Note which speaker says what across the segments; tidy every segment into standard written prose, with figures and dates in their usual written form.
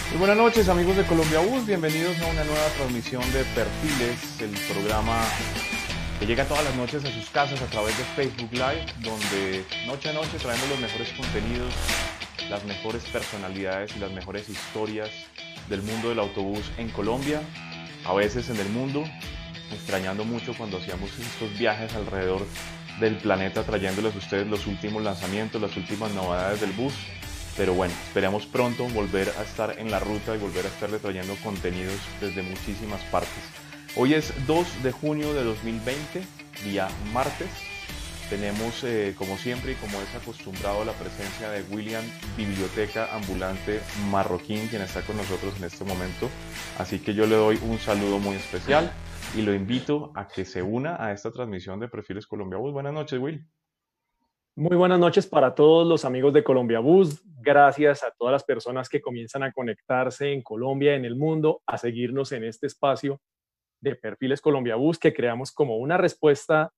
Speaker 1: Muy buenas noches amigos de Colombia Bus, bienvenidos a una nueva transmisión de Perfiles, el programa que llega todas las noches a sus casas a través de Facebook Live, donde noche a noche traemos los mejores contenidos, las mejores personalidades y las mejores historias del mundo del autobús en Colombia, a veces en el mundo, extrañando mucho cuando hacíamos estos viajes alrededor del planeta trayéndoles a ustedes los últimos lanzamientos, las últimas novedades del bus. Pero bueno, esperamos pronto volver a estar en la ruta y volver a estarle trayendo contenidos desde muchísimas partes. Hoy es 2 de junio de 2020, día martes. Tenemos, como siempre y como es acostumbrado, la presencia de William, biblioteca ambulante marroquín, quien está con nosotros en este momento. Así que yo le doy un saludo muy especial y lo invito a que se una a esta transmisión de Perfiles Colombia Bus. Buenas noches, Will.
Speaker 2: Muy buenas noches para todos los amigos de Colombia Bus. Gracias a todas las personas que comienzan a conectarse en Colombia, en el mundo, a seguirnos en este espacio de Perfiles Colombia Bus que creamos como una respuesta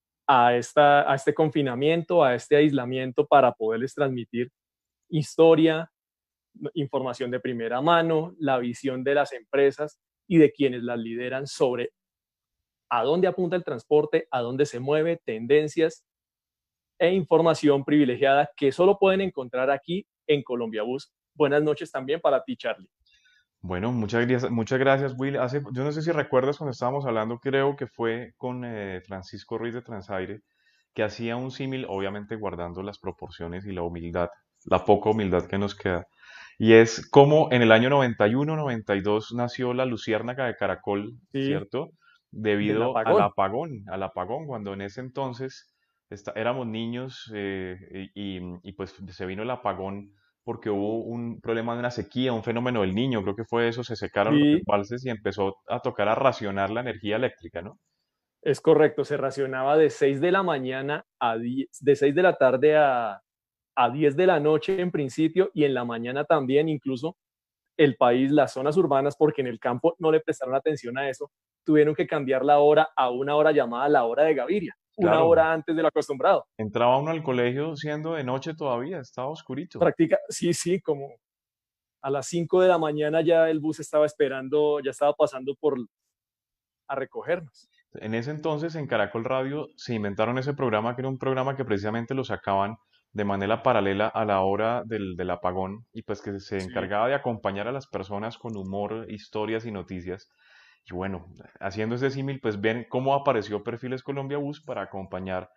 Speaker 2: a este confinamiento, a este aislamiento para poderles transmitir historia, información de primera mano, la visión de las empresas y de quienes las lideran sobre a dónde apunta el transporte, a dónde se mueve, tendencias e información privilegiada que solo pueden encontrar aquí en Colombia Bus. Buenas noches también para ti, Charlie.
Speaker 1: Bueno, muchas gracias, Will. Yo no sé si recuerdas cuando estábamos hablando, creo que fue con Francisco Ruiz de Transaire, que hacía un símil, obviamente guardando las proporciones y la humildad, la poca humildad que nos queda. Y es como en el año 91, 92 nació la luciérnaga de Caracol,
Speaker 2: Sí,
Speaker 1: ¿cierto?
Speaker 2: del
Speaker 1: Debido
Speaker 2: apagón.
Speaker 1: al apagón, cuando en ese entonces éramos niños y pues se vino el apagón porque hubo un problema de una sequía, un fenómeno del Niño, creo que fue eso, se secaron los
Speaker 2: Sí,
Speaker 1: embalses y empezó a tocar a racionar la energía eléctrica, ¿no?
Speaker 2: es correcto. Se racionaba de 6 de la mañana a 10, de 6 de la tarde a 10 de la noche en principio y en la mañana también, incluso el país, las zonas urbanas, porque en el campo no le prestaron atención a eso, tuvieron que cambiar la hora a una hora llamada la hora de Gaviria, una
Speaker 1: Claro,
Speaker 2: hora antes de lo acostumbrado.
Speaker 1: entraba uno al colegio siendo de noche todavía, estaba oscurito.
Speaker 2: Práctica, sí, sí, como a las 5 de la mañana ya el bus estaba esperando, ya estaba pasando por a recogernos.
Speaker 1: En ese entonces en Caracol Radio se inventaron ese programa que era un programa que precisamente lo sacaban de manera paralela a la hora del apagón y pues que se
Speaker 2: Sí,
Speaker 1: encargaba de acompañar a las personas con humor, historias y noticias. Y bueno, haciendo ese símil, pues ven cómo apareció Perfiles Colombia Bus para acompañar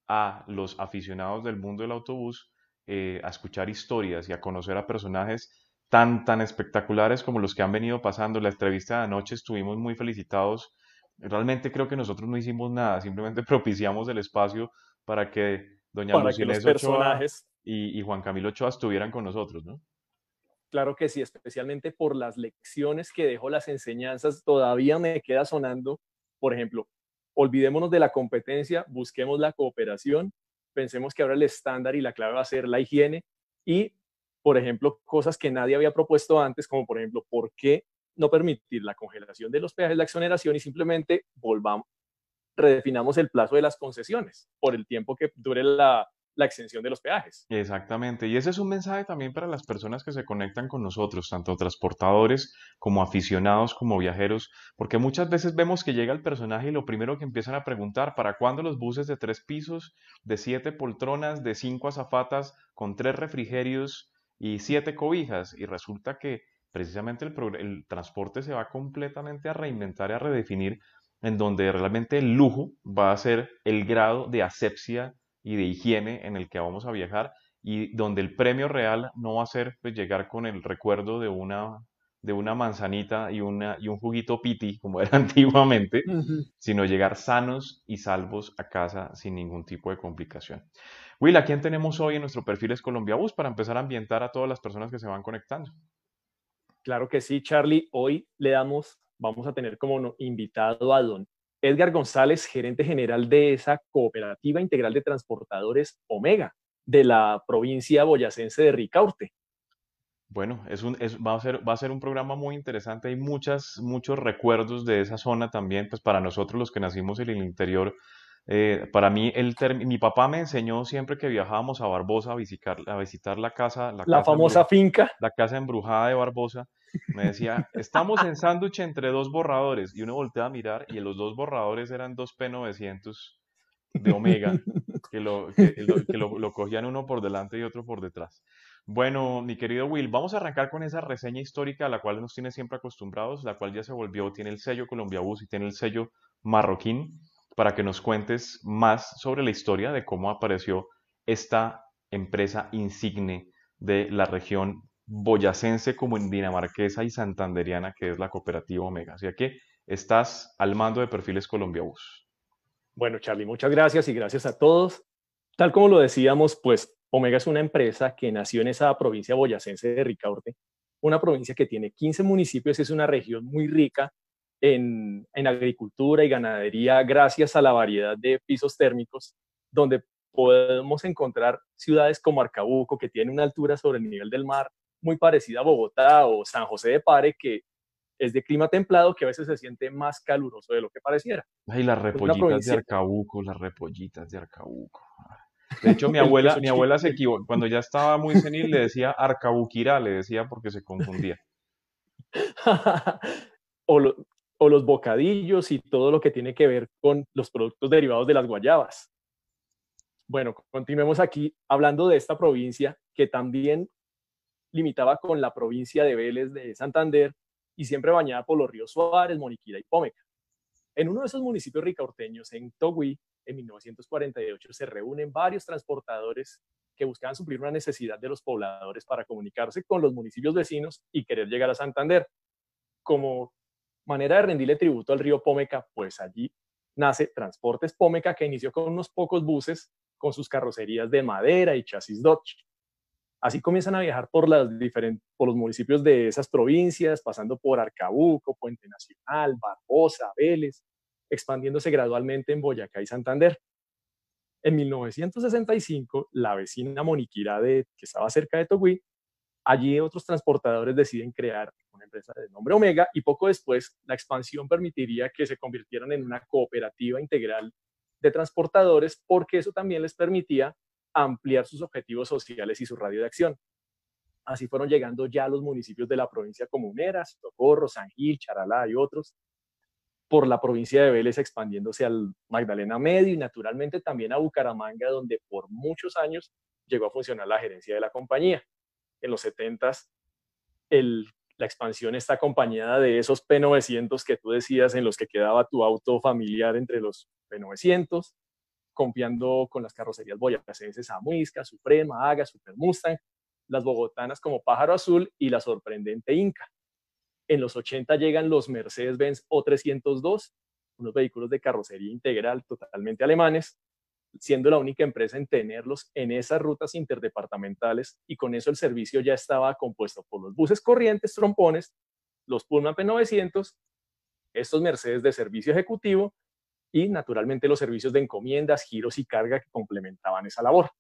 Speaker 1: a los aficionados del mundo del autobús a escuchar historias y a conocer a personajes tan espectaculares como los que han venido pasando. La entrevista de anoche estuvimos muy felicitados. Realmente creo que nosotros no hicimos nada, simplemente propiciamos el espacio para que doña
Speaker 2: para que los
Speaker 1: Lucilés Ochoa
Speaker 2: personajes,
Speaker 1: y Juan Camilo Ochoa estuvieran con nosotros, ¿no?
Speaker 2: claro que sí, especialmente por las lecciones que dejó, las enseñanzas, todavía me queda sonando, por ejemplo, olvidémonos de la competencia, busquemos la cooperación, pensemos que ahora el estándar y la clave va a ser la higiene y, por ejemplo, cosas que nadie había propuesto antes, como por ejemplo, ¿por qué no permitir la congelación de los peajes, la exoneración y simplemente volvamos, redefinamos el plazo de las concesiones por el tiempo que dure la extensión de los peajes?
Speaker 1: Exactamente, y ese es un mensaje también para las personas que se conectan con nosotros, tanto transportadores como aficionados, como viajeros, porque muchas veces vemos que llega el personaje y lo primero que empiezan a preguntar, ¿para cuándo los buses de 3 pisos, de 7 poltronas, de 5 azafatas, con 3 refrigerios y 7 cobijas? Y resulta que precisamente el transporte se va completamente a reinventar y a redefinir, en donde realmente el lujo va a ser el grado de asepsia y de higiene en el que vamos a viajar y donde el premio real no va a ser pues, llegar con el recuerdo de una manzanita y un juguito piti, como era antiguamente, sino llegar sanos y salvos a casa sin ningún tipo de complicación. Will, ¿a quién tenemos hoy en nuestro perfil es Colombia Bus para empezar a ambientar a todas las personas que se van conectando?
Speaker 2: Claro que sí, Charlie. Hoy vamos a tener como invitado a don Edgar González, gerente general de esa cooperativa integral de transportadores Omega, de la provincia boyacense de Ricaurte.
Speaker 1: Bueno, va a ser un programa muy interesante. Hay muchos recuerdos de esa zona también, pues para nosotros los que nacimos en el interior, Para mí, mi papá me enseñó siempre que viajábamos a Barbosa a visitar
Speaker 2: La famosa finca.
Speaker 1: la casa embrujada de Barbosa, me decía, estamos en sándwich entre dos borradores. Y uno voltea a mirar y los dos borradores eran dos P900 de Omega, que lo cogían uno por delante y otro por detrás. Bueno, mi querido Will, vamos a arrancar con esa reseña histórica a la cual nos tiene siempre acostumbrados, la cual ya se volvió, tiene el sello Colombia Bus y tiene el sello Marroquín, para que nos cuentes más sobre la historia de cómo apareció esta empresa insigne de la región boyacense, como en dinamarquesa y santanderiana, que es la cooperativa Omega. Así que estás al mando de Perfiles Colombia Bus.
Speaker 2: Bueno, Charlie, muchas gracias y gracias a todos. Tal como lo decíamos, pues Omega es una empresa que nació en esa provincia boyacense de Ricaurte, una provincia que tiene 15 municipios, es una región muy rica en agricultura y ganadería gracias a la variedad de pisos térmicos, donde podemos encontrar ciudades como Arcabuco, que tiene una altura sobre el nivel del mar muy parecida a Bogotá, o San José de Pare, que es de clima templado, que a veces se siente más caluroso de lo que pareciera.
Speaker 1: Ay, las
Speaker 2: Es una
Speaker 1: repollitas de
Speaker 2: provincia,
Speaker 1: Arcabuco, las repollitas de Arcabuco. De hecho, mi
Speaker 2: el
Speaker 1: abuela,
Speaker 2: queso
Speaker 1: mi abuela se
Speaker 2: el,
Speaker 1: equivocó. Cuando ya estaba muy senil, le decía Arcabuquirá, le decía porque se confundía.
Speaker 2: o, lo, o los bocadillos y todo lo que tiene que ver con los productos derivados de las guayabas. Bueno, continuemos aquí hablando de esta provincia que también limitaba con la provincia de Vélez de Santander y siempre bañada por los ríos Suárez, Moniquira y Pómeca. En uno de esos municipios ricaurteños, en Togüí, en 1948, se reúnen varios transportadores que buscaban suplir una necesidad de los pobladores para comunicarse con los municipios vecinos y querer llegar a Santander. Como manera de rendirle tributo al río Pómeca, pues allí nace Transportes Pómeca, que inició con unos pocos buses con sus carrocerías de madera y chasis Dodge. Así comienzan a viajar por los municipios de esas provincias, pasando por Arcabuco, Puente Nacional, Barbosa, Vélez, expandiéndose gradualmente en Boyacá y Santander. En 1965, la vecina Moniquirá, que estaba cerca de Togüí, allí otros transportadores deciden crear una empresa de nombre Omega y poco después la expansión permitiría que se convirtieran en una cooperativa integral de transportadores porque eso también les permitía ampliar sus objetivos sociales y su radio de acción. Así fueron llegando ya los municipios de la provincia comuneras, Socorro, San Gil, Charalá y otros, por la provincia de Vélez expandiéndose al Magdalena Medio y naturalmente también a Bucaramanga, donde por muchos años llegó a funcionar la gerencia de la compañía. En los 70s, la expansión está acompañada de esos P900 que tú decías, en los que quedaba tu auto familiar entre los P900, confiando con las carrocerías boyacenses a Muisca, Suprema, Aga, Super Mustang, las bogotanas como Pájaro Azul y la sorprendente Inca. En los 80 llegan los Mercedes-Benz O302, unos vehículos de carrocería integral totalmente alemanes, siendo la única empresa en tenerlos en esas rutas interdepartamentales, y con eso el servicio ya estaba compuesto por los buses corrientes, trompones, los Pullman P900, estos Mercedes de servicio ejecutivo y naturalmente los servicios de encomiendas, giros y carga que complementaban esa labor.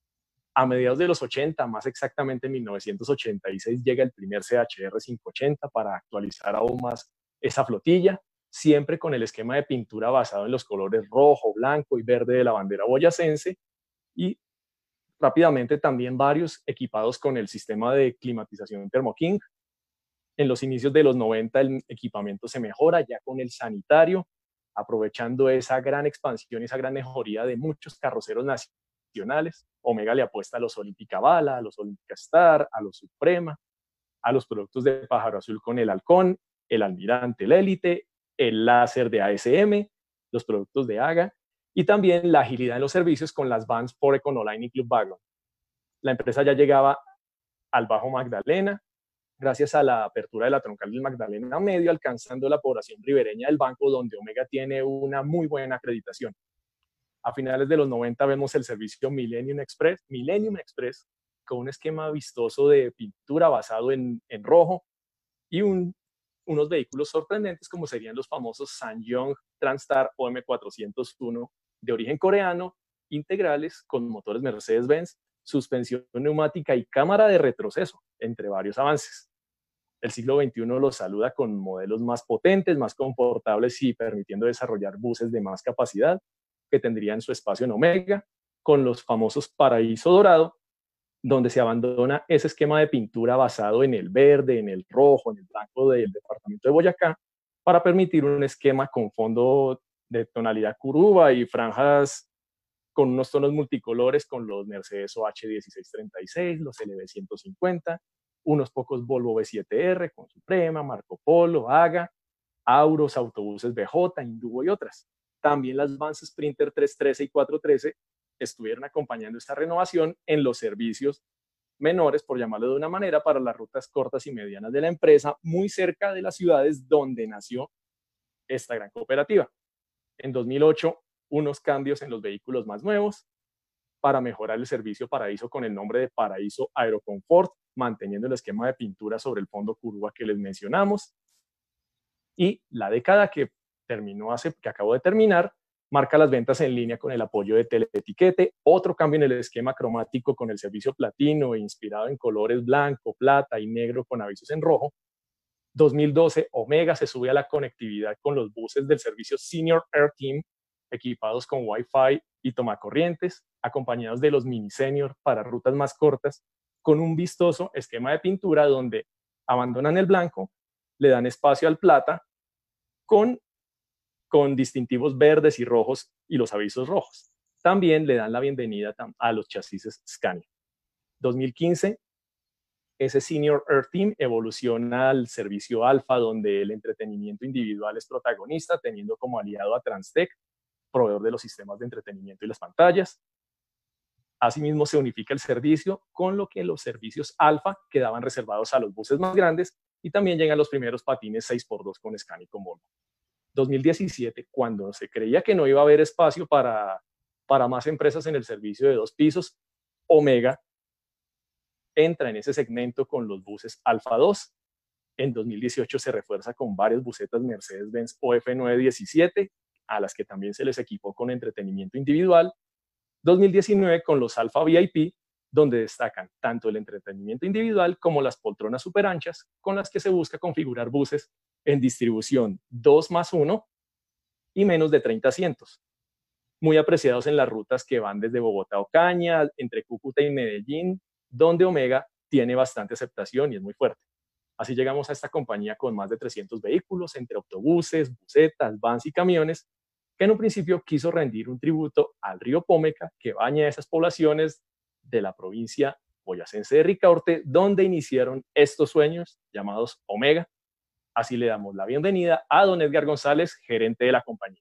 Speaker 2: A mediados de los 80, más exactamente en 1986, llega el primer CHR 580 para actualizar aún más esa flotilla, siempre con el esquema de pintura basado en los colores rojo, blanco y verde de la bandera boyacense, y rápidamente también varios equipados con el sistema de climatización Thermo King. En los inicios de los 90 el equipamiento se mejora ya con el sanitario, aprovechando esa gran expansión y esa gran mejoría de muchos carroceros nacionales. Omega le apuesta a los Olímpica Bala, a los Olímpica Star, a los Suprema, a los productos de Pájaro Azul con el Halcón, el Almirante, el Élite, el láser de ASM, los productos de AGA y también la agilidad en los servicios con las vans por Econoline y Club Wagon. La empresa ya llegaba al Bajo Magdalena, gracias a la apertura de la troncal del Magdalena Medio, alcanzando la población ribereña del banco, donde Omega tiene una muy buena acreditación. A finales de los 90 vemos el servicio Millennium Express con un esquema vistoso de pintura basado en rojo y unos vehículos sorprendentes como serían los famosos SsangYong Transstar OM401 de origen coreano, integrales con motores Mercedes-Benz, suspensión neumática y cámara de retroceso, entre varios avances. El siglo XXI los saluda con modelos más potentes, más confortables y permitiendo desarrollar buses de más capacidad. que tendrían su espacio en Omega, con los famosos Paraíso Dorado, donde se abandona ese esquema de pintura basado en el verde, en el rojo, en el blanco del departamento de Boyacá, para permitir un esquema con fondo de tonalidad curva y franjas con unos tonos multicolores con los Mercedes OH1636, los LB150, unos pocos Volvo V7R con Suprema, Marco Polo, Haga, Auros, autobuses BJ, Indugo y otras. También las Vans Sprinter 313 y 413 estuvieron acompañando esta renovación en los servicios menores, por llamarlo de una manera, para las rutas cortas y medianas de la empresa, muy cerca de las ciudades donde nació esta gran cooperativa. En 2008, unos cambios en los vehículos más nuevos para mejorar el servicio Paraíso con el nombre de Paraíso Aeroconfort, manteniendo el esquema de pintura sobre el fondo curva que les mencionamos. Y la década que acabó de terminar, marca las ventas en línea con el apoyo de Teleetiquete, otro cambio en el esquema cromático con el servicio platino e inspirado en colores blanco, plata y negro con avisos en rojo. 2012, Omega se sube a la conectividad con los buses del servicio Senior Air Team, equipados con Wi-Fi y tomacorrientes, acompañados de los Mini Senior para rutas más cortas, con un vistoso esquema de pintura donde abandonan el blanco, le dan espacio al plata con distintivos verdes y rojos y los avisos rojos. También le dan la bienvenida a los chasis Scania. 2015, ese Senior Air Team evoluciona al servicio Alfa, donde el entretenimiento individual es protagonista, teniendo como aliado a Transtech, proveedor de los sistemas de entretenimiento y las pantallas. Asimismo, se unifica el servicio, con lo que los servicios Alfa quedaban reservados a los buses más grandes, y también llegan los primeros patines 6x2 con Scania y con Volvo. 2017, cuando se creía que no iba a haber espacio para más empresas en el servicio de 2 pisos, Omega entra en ese segmento con los buses Alfa 2. En 2018 se refuerza con varias busetas Mercedes-Benz OF917, a las que también se les equipó con entretenimiento individual. 2019 con los Alfa VIP, donde destacan tanto el entretenimiento individual como las poltronas super anchas, con las que se busca configurar buses en distribución 2+1 y menos de 30 asientos, muy apreciados en las rutas que van desde Bogotá a Ocaña, entre Cúcuta y Medellín, donde Omega tiene bastante aceptación y es muy fuerte. Así llegamos a esta compañía con más de 300 vehículos, entre autobuses, busetas, vans y camiones, que en un principio quiso rendir un tributo al río Pómeca, que baña esas poblaciones de la provincia boyacense de Ricaurte, donde iniciaron estos sueños llamados Omega. Así le damos la bienvenida a don Edgar González, gerente de la compañía.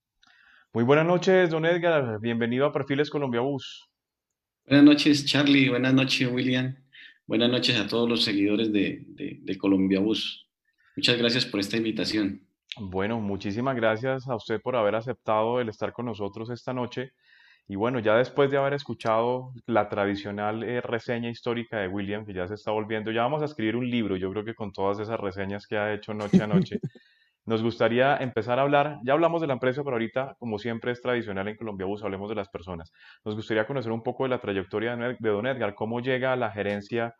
Speaker 1: Muy buenas noches, don Edgar. Bienvenido a Perfiles Colombia Bus.
Speaker 3: Buenas noches, Charlie. Buenas noches, William. Buenas noches a todos los seguidores de Colombia Bus. Muchas gracias por esta invitación.
Speaker 1: Bueno, muchísimas gracias a usted por haber aceptado el estar con nosotros esta noche. Y bueno, ya después de haber escuchado la tradicional reseña histórica de William, que ya se está volviendo, ya vamos a escribir un libro, yo creo que con todas esas reseñas que ha hecho noche a noche. Nos gustaría empezar a hablar, ya hablamos de la empresa, pero ahorita, como siempre es tradicional en Colombia Bus, hablemos de las personas. Nos gustaría conocer un poco de la trayectoria de don Edgar, cómo llega a la gerencia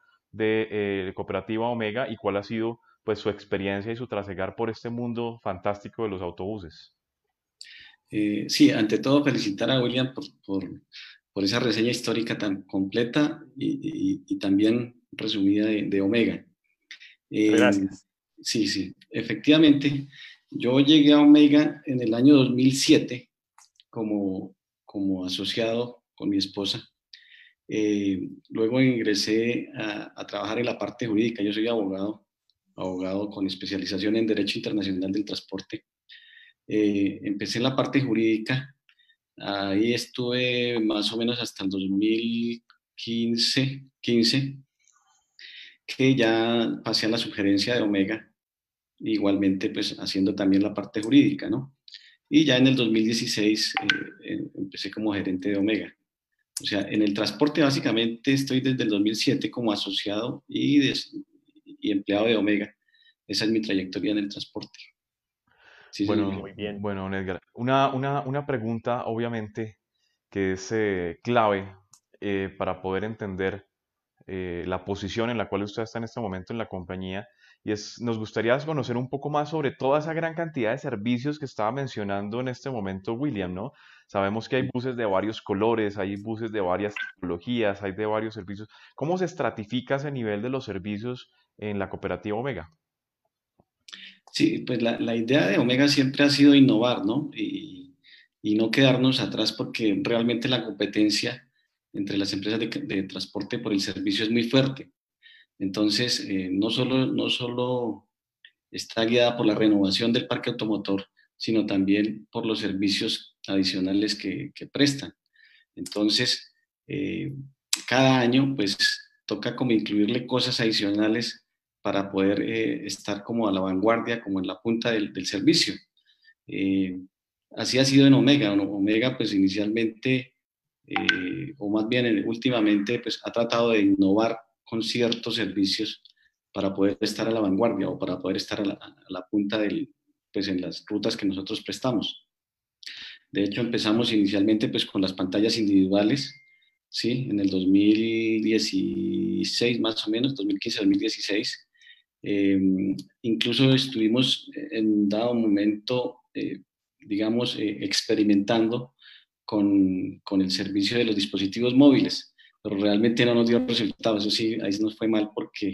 Speaker 1: de Cooperativa Omega y cuál ha sido pues su experiencia y su trasegar por este mundo fantástico de los autobuses.
Speaker 3: Sí, ante todo felicitar a William por esa reseña histórica tan completa y también resumida de Omega.
Speaker 2: Gracias.
Speaker 3: Sí, efectivamente. Yo llegué a Omega en el año 2007 como asociado con mi esposa. Luego ingresé a trabajar en la parte jurídica. Yo soy abogado con especialización en Derecho Internacional del Transporte. Empecé en la parte jurídica, ahí estuve más o menos hasta el 2015, que ya pasé a la sugerencia de Omega, igualmente pues haciendo también la parte jurídica, ¿no? Y ya en el 2016 empecé como gerente de Omega. O sea, en el transporte básicamente estoy desde el 2007 como asociado y empleado de Omega. Esa es mi trayectoria en el transporte. Sí,
Speaker 1: Bueno,
Speaker 2: muy bien.
Speaker 1: bueno, Edgar, una pregunta obviamente que es clave para poder entender la posición en la cual usted está en este momento en la compañía y nos gustaría conocer un poco más sobre toda esa gran cantidad de servicios que estaba mencionando en este momento William, ¿no? Sabemos que hay buses de varios colores, hay buses de varias tipologías, hay de varios servicios. ¿Cómo se estratifica ese nivel de los servicios en la cooperativa Omega?
Speaker 3: Sí, pues la idea de Omega siempre ha sido innovar, ¿no? Y no quedarnos atrás porque realmente la competencia entre las empresas de transporte por el servicio es muy fuerte. Entonces, no solo está guiada por la renovación del parque automotor, sino también por los servicios adicionales que prestan. Entonces, cada año, pues, toca como incluirle cosas adicionales para poder estar como a la vanguardia, como en la punta del servicio. Eh, Así ha sido en Omega, ¿no? Omega, pues, inicialmente, o más bien últimamente, pues, ha tratado de innovar con ciertos servicios para poder estar a la vanguardia o para poder estar a la punta pues, en las rutas que nosotros prestamos. De hecho, empezamos inicialmente pues con las pantallas individuales, ¿sí? En el 2016 más o menos, 2015-2016. Eh, Incluso estuvimos en dado momento, digamos, experimentando con el servicio de los dispositivos móviles, pero realmente no nos dio resultados. Eso sí, ahí nos fue mal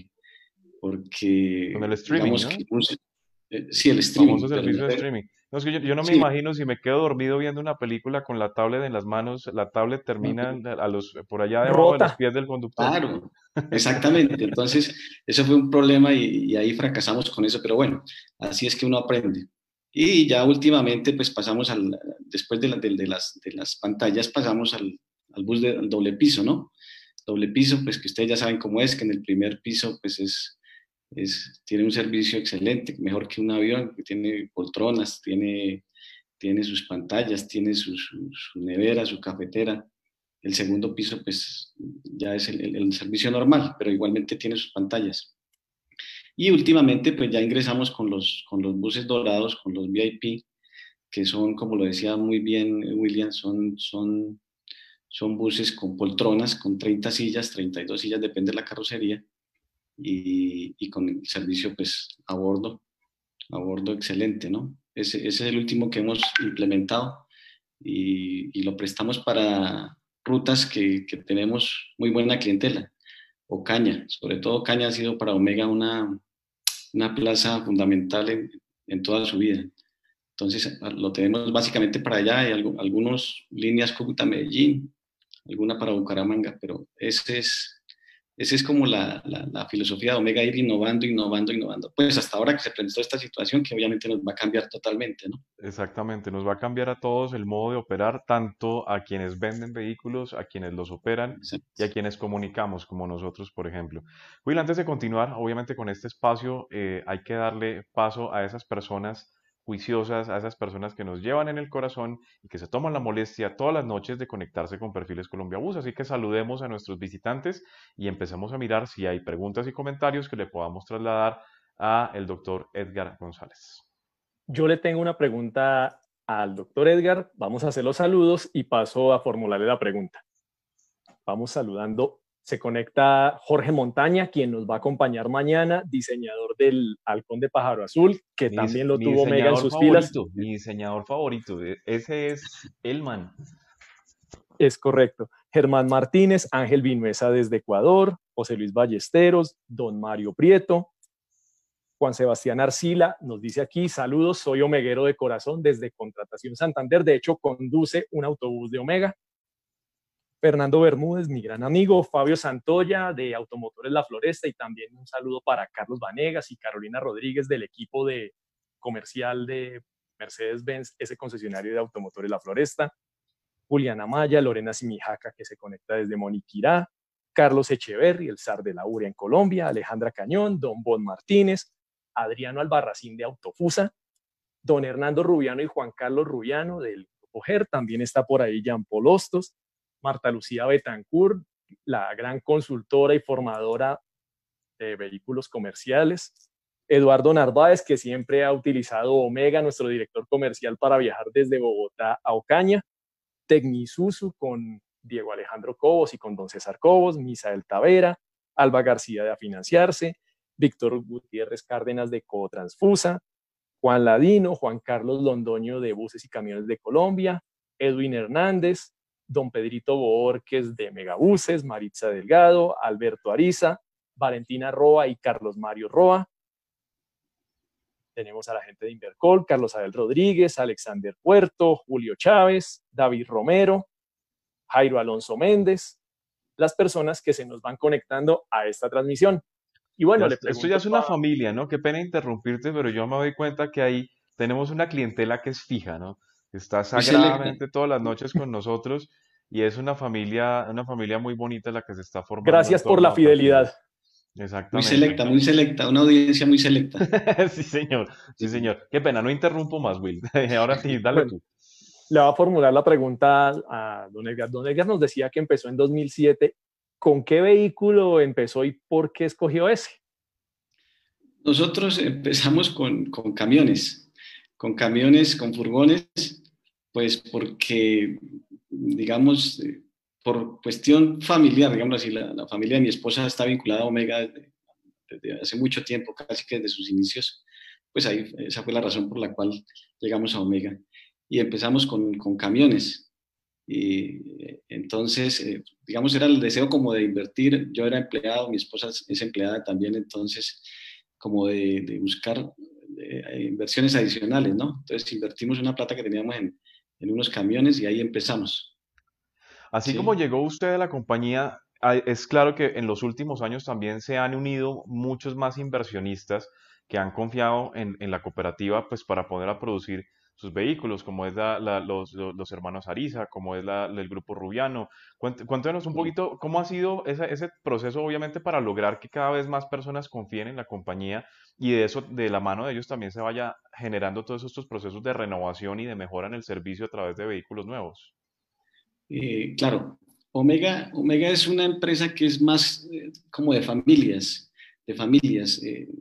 Speaker 1: Con el
Speaker 3: porque
Speaker 1: streaming,
Speaker 3: digamos
Speaker 1: ¿no?
Speaker 3: que, sí, el
Speaker 1: Famoso
Speaker 3: streaming, pero
Speaker 1: servicio de streaming. No, es que yo no me
Speaker 3: sí,
Speaker 1: imagino si me quedo dormido viendo una película con la tablet en las manos, la tablet termina por allá debajo de los
Speaker 2: Rota.
Speaker 1: pies del conductor.
Speaker 3: claro, exactamente. Entonces, eso fue un problema y ahí fracasamos con eso, pero bueno, así es que uno aprende. Y ya últimamente, pues pasamos después de las pantallas, pasamos al bus al doble piso, ¿no? Doble piso, pues que ustedes ya saben cómo es, que en el primer piso, pues tiene un servicio excelente, mejor que un avión, que tiene poltronas, tiene sus pantallas, tiene su nevera, su cafetera. El segundo piso, pues ya es el servicio normal, pero igualmente tiene sus pantallas. Y últimamente, pues ya ingresamos con los buses dorados, con los VIP, que son, como lo decía muy bien William, son buses con poltronas, con 30 sillas, 32 sillas, depende de la carrocería, y con el servicio, pues, a bordo excelente, ¿no? Ese es el último que hemos implementado y lo prestamos para rutas que tenemos muy buena clientela. Ocaña, sobre todo Ocaña ha sido para Omega una plaza fundamental en toda su vida. Entonces lo tenemos básicamente para allá, hay algunas líneas Cúcuta-Medellín, alguna para Bucaramanga, pero ese es como la filosofía de Omega, ir innovando, innovando, innovando. Pues hasta ahora que se presentó esta situación que obviamente nos va a cambiar totalmente, ¿no?
Speaker 1: Exactamente, nos va a cambiar a todos el modo de operar, tanto a quienes venden vehículos, a quienes los operan y a quienes comunicamos, como nosotros, por ejemplo. Will, antes de continuar, obviamente con este espacio hay que darle paso a esas personas juiciosas, a esas personas que nos llevan en el corazón y que se toman la molestia todas las noches de conectarse con Perfiles Colombia Bus. Así que saludemos a nuestros visitantes y empecemos a mirar si hay preguntas y comentarios que le podamos trasladar a el doctor Edgar González.
Speaker 2: Yo le tengo una pregunta al doctor Edgar. Vamos a hacer los saludos y paso a formularle la pregunta. Vamos saludando. Se conecta Jorge Montaña, quien nos va a acompañar mañana, diseñador del Halcón de Pájaro Azul, que también lo
Speaker 1: Mi
Speaker 2: tuvo Omega en
Speaker 1: diseñador
Speaker 2: sus filas.
Speaker 1: favorito, mi diseñador favorito, ese es el man.
Speaker 2: Es correcto. Germán Martínez, Ángel Vinuesa desde Ecuador, José Luis Ballesteros, Don Mario Prieto, Juan Sebastián Arcila nos dice aquí, saludos, soy omeguero de corazón desde Contratación Santander, de hecho conduce un autobús de Omega. Fernando Bermúdez, mi gran amigo, Fabio Santoya de Automotores La Floresta y también un saludo para Carlos Vanegas y Carolina Rodríguez del equipo de comercial de Mercedes-Benz, ese concesionario de Automotores La Floresta. Juliana Amaya, Lorena Simijaca que se conecta desde Moniquirá, Carlos Echeverry, el zar de la URIA en Colombia, Alejandra Cañón, Don Bon Martínez, Adriano Albarracín de Autofusa, Don Hernando Rubiano y Juan Carlos Rubiano del Grupo GER, también está por ahí Jean Paul Hostos, Marta Lucía Betancourt, la gran consultora y formadora de vehículos comerciales, Eduardo Narváez, que siempre ha utilizado Omega, nuestro director comercial, para viajar desde Bogotá a Ocaña, Tecnisusu con Diego Alejandro Cobos y con Don César Cobos, Misael Tavera, Alba García de Afinanciarse, Víctor Gutiérrez Cárdenas de Cotransfusa, Juan Ladino, Juan Carlos Londoño de Buses y Camiones de Colombia, Edwin Hernández, don Pedrito Boorques de Megabuses, Maritza Delgado, Alberto Ariza, Valentina Roa y Carlos Mario Roa. Tenemos a la gente de Invercol, Carlos Abel Rodríguez, Alexander Puerto, Julio Chávez, David Romero, Jairo Alonso Méndez, las personas que se nos van conectando a esta transmisión. Y bueno, le pregunto,
Speaker 1: esto ya es una familia, ¿no? Qué pena interrumpirte, pero yo me doy cuenta que ahí tenemos una clientela que es fija, ¿no? Está
Speaker 3: Muy selecta.
Speaker 1: sagradamente todas las noches con nosotros y es una familia muy bonita la que se está formando en
Speaker 2: gracias por la
Speaker 1: torno a
Speaker 2: fidelidad.
Speaker 1: Perfiles. Exactamente.
Speaker 3: Muy selecta, una audiencia muy selecta.
Speaker 1: Sí, señor, sí, señor. Qué pena, no interrumpo más, Will. Ahora sí, dale
Speaker 2: Bueno,
Speaker 1: tú.
Speaker 2: le voy a formular la pregunta a don Edgar. Don Edgar nos decía que empezó en 2007. ¿Con qué vehículo empezó y por qué escogió ese?
Speaker 3: Nosotros empezamos con camiones, con furgones, pues porque, digamos, por cuestión familiar, digamos así, la familia de mi esposa está vinculada a Omega desde hace mucho tiempo, casi que desde sus inicios, pues ahí esa fue la razón por la cual llegamos a Omega. Y empezamos con camiones. Y entonces, digamos, era el deseo como de invertir. Yo era empleado, mi esposa es empleada también, entonces, como de buscar inversiones adicionales, ¿no? Entonces, invertimos una plata que teníamos en unos camiones y ahí empezamos.
Speaker 1: Así como
Speaker 3: ¿Sí?
Speaker 1: llegó usted a la compañía, es claro que en los últimos años también se han unido muchos más inversionistas que han confiado en la cooperativa pues para poder a producir sus vehículos, como es los hermanos Ariza, como es el grupo Rubiano. Cuéntenos un poquito cómo ha sido ese proceso, obviamente, para lograr que cada vez más personas confíen en la compañía y de eso, de la mano de ellos también se vaya generando todos estos procesos de renovación y de mejora en el servicio a través de vehículos nuevos.
Speaker 3: Claro, Omega es una empresa que es más como de familias.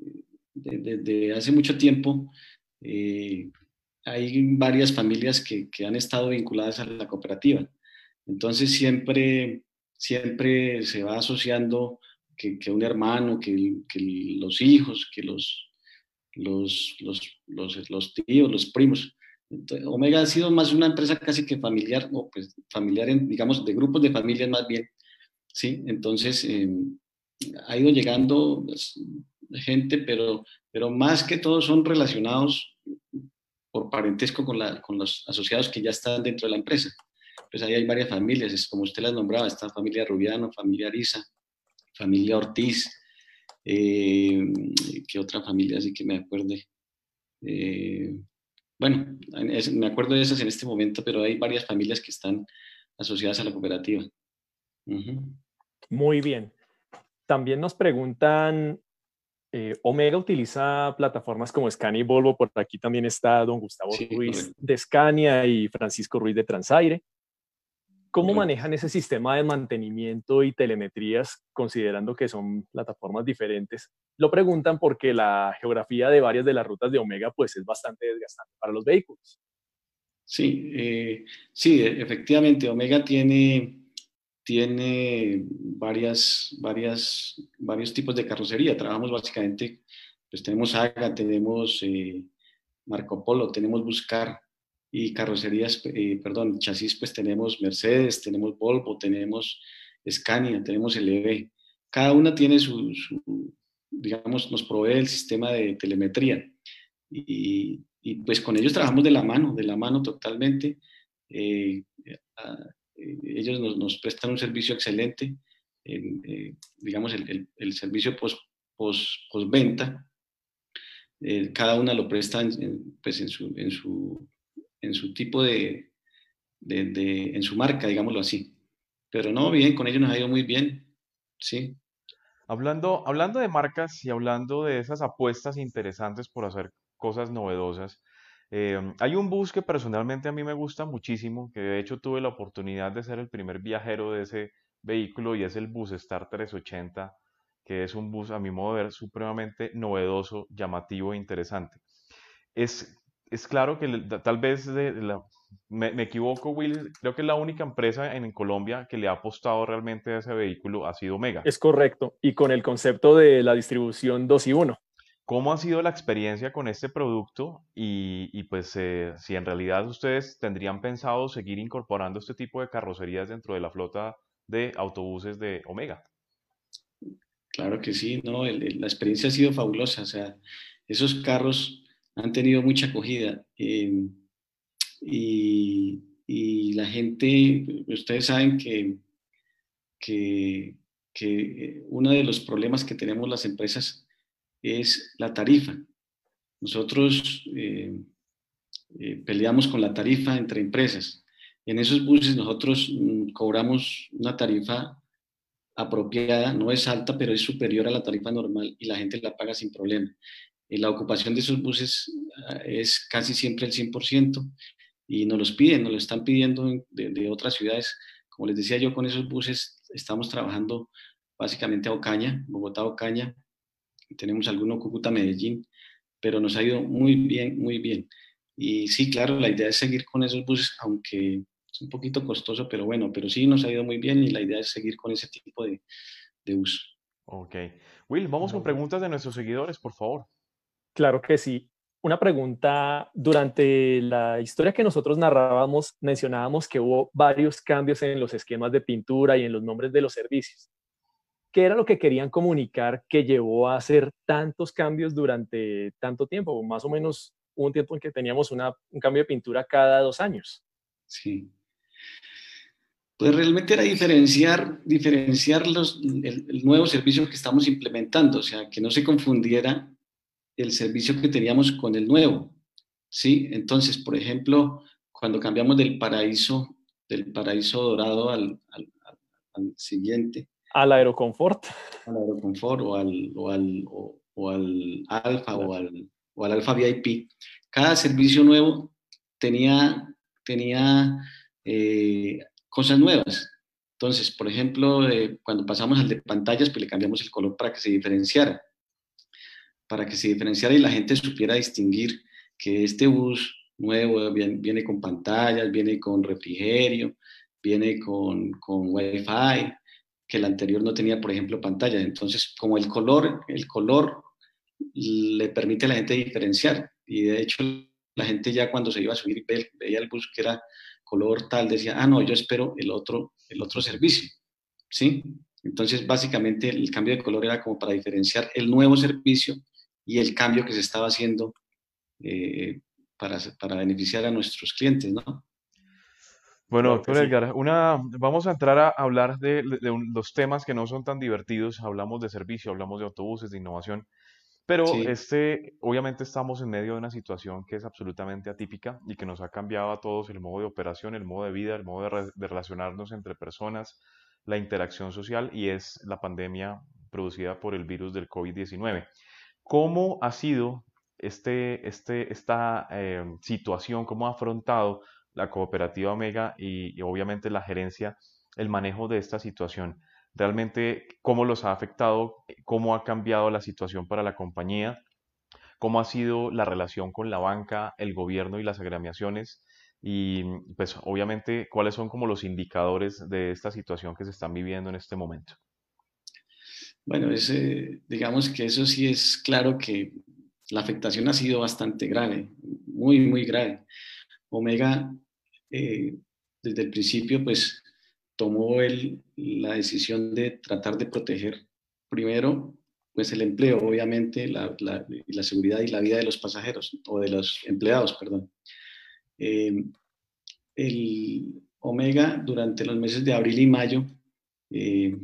Speaker 3: Desde hace mucho tiempo eh, hay varias familias que han estado vinculadas a la cooperativa. Entonces siempre se va asociando que un hermano, que los hijos, que los tíos, los primos. Entonces, Omega ha sido más una empresa casi que familiar, o pues familiar, digamos, de grupos de familias más bien, ¿sí? Entonces, ha ido llegando pues, gente, pero más que todo son relacionados por parentesco con los asociados que ya están dentro de la empresa. Pues ahí hay varias familias, es como usted las nombraba, está familia Rubiano, familia Ariza, familia Ortiz, ¿qué otra familia así que me acuerde? Eh, bueno, me acuerdo de esas en este momento, pero hay varias familias que están asociadas a la cooperativa. Uh-huh.
Speaker 2: Muy bien. También nos preguntan, Omega utiliza plataformas como Scania y Volvo. Por aquí también está don Gustavo
Speaker 3: Sí,
Speaker 2: Ruiz
Speaker 3: correcto,
Speaker 2: de Scania y Francisco Ruiz de Transaire. ¿Cómo
Speaker 3: correcto.
Speaker 2: manejan ese sistema de mantenimiento y telemetrías, considerando que son plataformas diferentes? Lo preguntan porque la geografía de varias de las rutas de Omega pues, es bastante desgastante para los vehículos.
Speaker 3: Sí, sí, efectivamente, Omega tiene varios tipos de carrocería. Trabajamos básicamente, pues tenemos Saga, tenemos Marco Polo, tenemos Buscar y carrocerías, perdón, chasis, pues tenemos Mercedes, tenemos Volvo, tenemos Scania, tenemos LV. Cada una tiene digamos, nos provee el sistema de telemetría y pues con ellos trabajamos de la mano totalmente. Eh, Ellos nos prestan un servicio excelente, digamos, el servicio postventa. Cada una lo presta pues en su tipo en su marca, digámoslo así. Pero no, bien, con ellos nos ha ido muy bien, sí.
Speaker 1: Hablando de marcas y hablando de esas apuestas interesantes por hacer cosas novedosas, hay un bus que personalmente a mí me gusta muchísimo, que de hecho tuve la oportunidad de ser el primer viajero de ese vehículo y es el Bus Star 380, que es un bus a mi modo de ver supremamente novedoso, llamativo e interesante. Es, es claro que tal vez me equivoco, Will, creo que la única empresa en Colombia que le ha apostado realmente a ese vehículo ha sido Omega.
Speaker 2: Es correcto. Y con el concepto de la distribución 2 y 1.
Speaker 1: ¿Cómo ha sido la experiencia con este producto? Y pues si en realidad ustedes tendrían pensado seguir incorporando este tipo de carrocerías dentro de la flota de autobuses de Omega.
Speaker 3: Claro que sí, no, la experiencia ha sido fabulosa, o sea, esos carros han tenido mucha acogida y la gente, ustedes saben que, que uno de los problemas que tenemos las empresas es la tarifa. Nosotros peleamos con la tarifa entre empresas. En esos buses nosotros cobramos una tarifa apropiada, no es alta, pero es superior a la tarifa normal y la gente la paga sin problema. La ocupación de esos buses es casi siempre el 100% y nos los piden, nos lo están pidiendo de otras ciudades. Como les decía yo, con esos buses estamos trabajando básicamente a Ocaña, Bogotá, Ocaña, tenemos alguno Cúcuta, Medellín, pero nos ha ido muy bien, muy bien. Y sí, claro, la idea es seguir con esos buses, aunque es un poquito costoso, pero bueno, pero sí nos ha ido muy bien y la idea es seguir con ese tipo de uso.
Speaker 1: Ok. Will, vamos con
Speaker 2: Bueno,
Speaker 1: preguntas de nuestros seguidores, por favor.
Speaker 2: claro que sí. Una pregunta, durante la historia que nosotros narrábamos, mencionábamos que hubo varios cambios en los esquemas de pintura y en los nombres de los servicios. ¿Qué era lo que querían comunicar que llevó a hacer tantos cambios durante tanto tiempo? Más o menos hubo un tiempo en que teníamos un cambio de pintura cada 2 años.
Speaker 3: Sí. Pues realmente era diferenciar el nuevo servicio que estamos implementando, o sea, que no se confundiera el servicio que teníamos con el nuevo, ¿sí? Entonces, por ejemplo, cuando cambiamos del paraíso dorado al siguiente,
Speaker 2: Al Aeroconfort.
Speaker 3: al Aeroconfort o al Alfa o al Alfa VIP, cada servicio nuevo tenía eh, cosas nuevas. Entonces, por ejemplo, cuando pasamos al de pantallas, pues le cambiamos el color para que se diferenciara y la gente supiera distinguir que este bus nuevo viene con pantallas, viene con refrigerio, viene con Wi-Fi, que el anterior no tenía, por ejemplo, pantallas. Entonces, como el color le permite a la gente diferenciar. Y de hecho, la gente ya cuando se iba a subir veía el bus que era color tal, decía, ah, no, yo espero el otro servicio. ¿Sí? Entonces, básicamente, el cambio de color era como para diferenciar el nuevo servicio y el cambio que se estaba haciendo eh, para beneficiar a nuestros clientes, ¿no?
Speaker 1: Bueno,
Speaker 2: Claro que
Speaker 1: doctor
Speaker 2: sí.
Speaker 1: Edgar, vamos a entrar a hablar de los temas que no son tan divertidos. Hablamos de servicio, hablamos de autobuses, de innovación, pero
Speaker 3: Sí,
Speaker 1: obviamente estamos en medio de una situación que es absolutamente atípica y que nos ha cambiado a todos el modo de operación, el modo de vida, el modo de relacionarnos entre personas, la interacción social y es la pandemia producida por el virus del COVID-19. ¿Cómo ha sido esta situación? ¿Cómo ha afrontado la cooperativa Omega y obviamente la gerencia el manejo de esta situación? Realmente, ¿cómo los ha afectado? ¿Cómo ha cambiado la situación para la compañía? ¿Cómo ha sido la relación con la banca, el gobierno y las agremiaciones? Y pues obviamente, ¿cuáles son como los indicadores de esta situación que se están viviendo en este momento?
Speaker 3: bueno, digamos que eso sí es claro que la afectación ha sido bastante grave, muy, muy grave. Omega, eh, desde el principio, pues tomó la decisión de tratar de proteger primero, pues el empleo, obviamente, la seguridad y la vida de los pasajeros, o de los empleados, perdón. Eh, el Omega, durante los meses de abril y mayo, eh,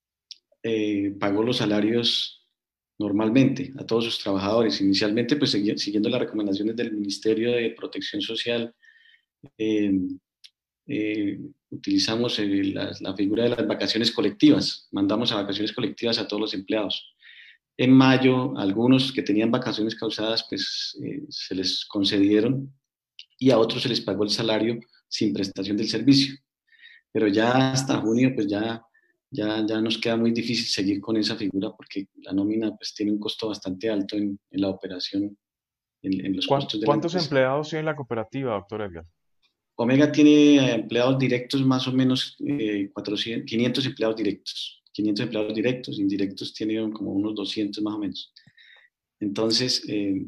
Speaker 3: pagó los salarios normalmente a todos sus trabajadores. Inicialmente, pues siguiendo las recomendaciones del Ministerio de Protección Social, eh, utilizamos la figura de las vacaciones colectivas, mandamos a vacaciones colectivas a todos los empleados. En mayo, algunos que tenían vacaciones causadas, pues se les concedieron y a otros se les pagó el salario sin prestación del servicio. Pero ya hasta junio, pues ya nos queda muy difícil seguir con esa figura porque la nómina pues tiene un costo bastante alto en la operación, en los costos de la
Speaker 1: ¿Cuántos
Speaker 3: empresa.
Speaker 1: empleados tiene la cooperativa, doctor Edgar?
Speaker 3: Omega tiene empleados directos más o menos 500 empleados directos. 500 empleados directos, indirectos tiene como unos 200 más o menos. Entonces,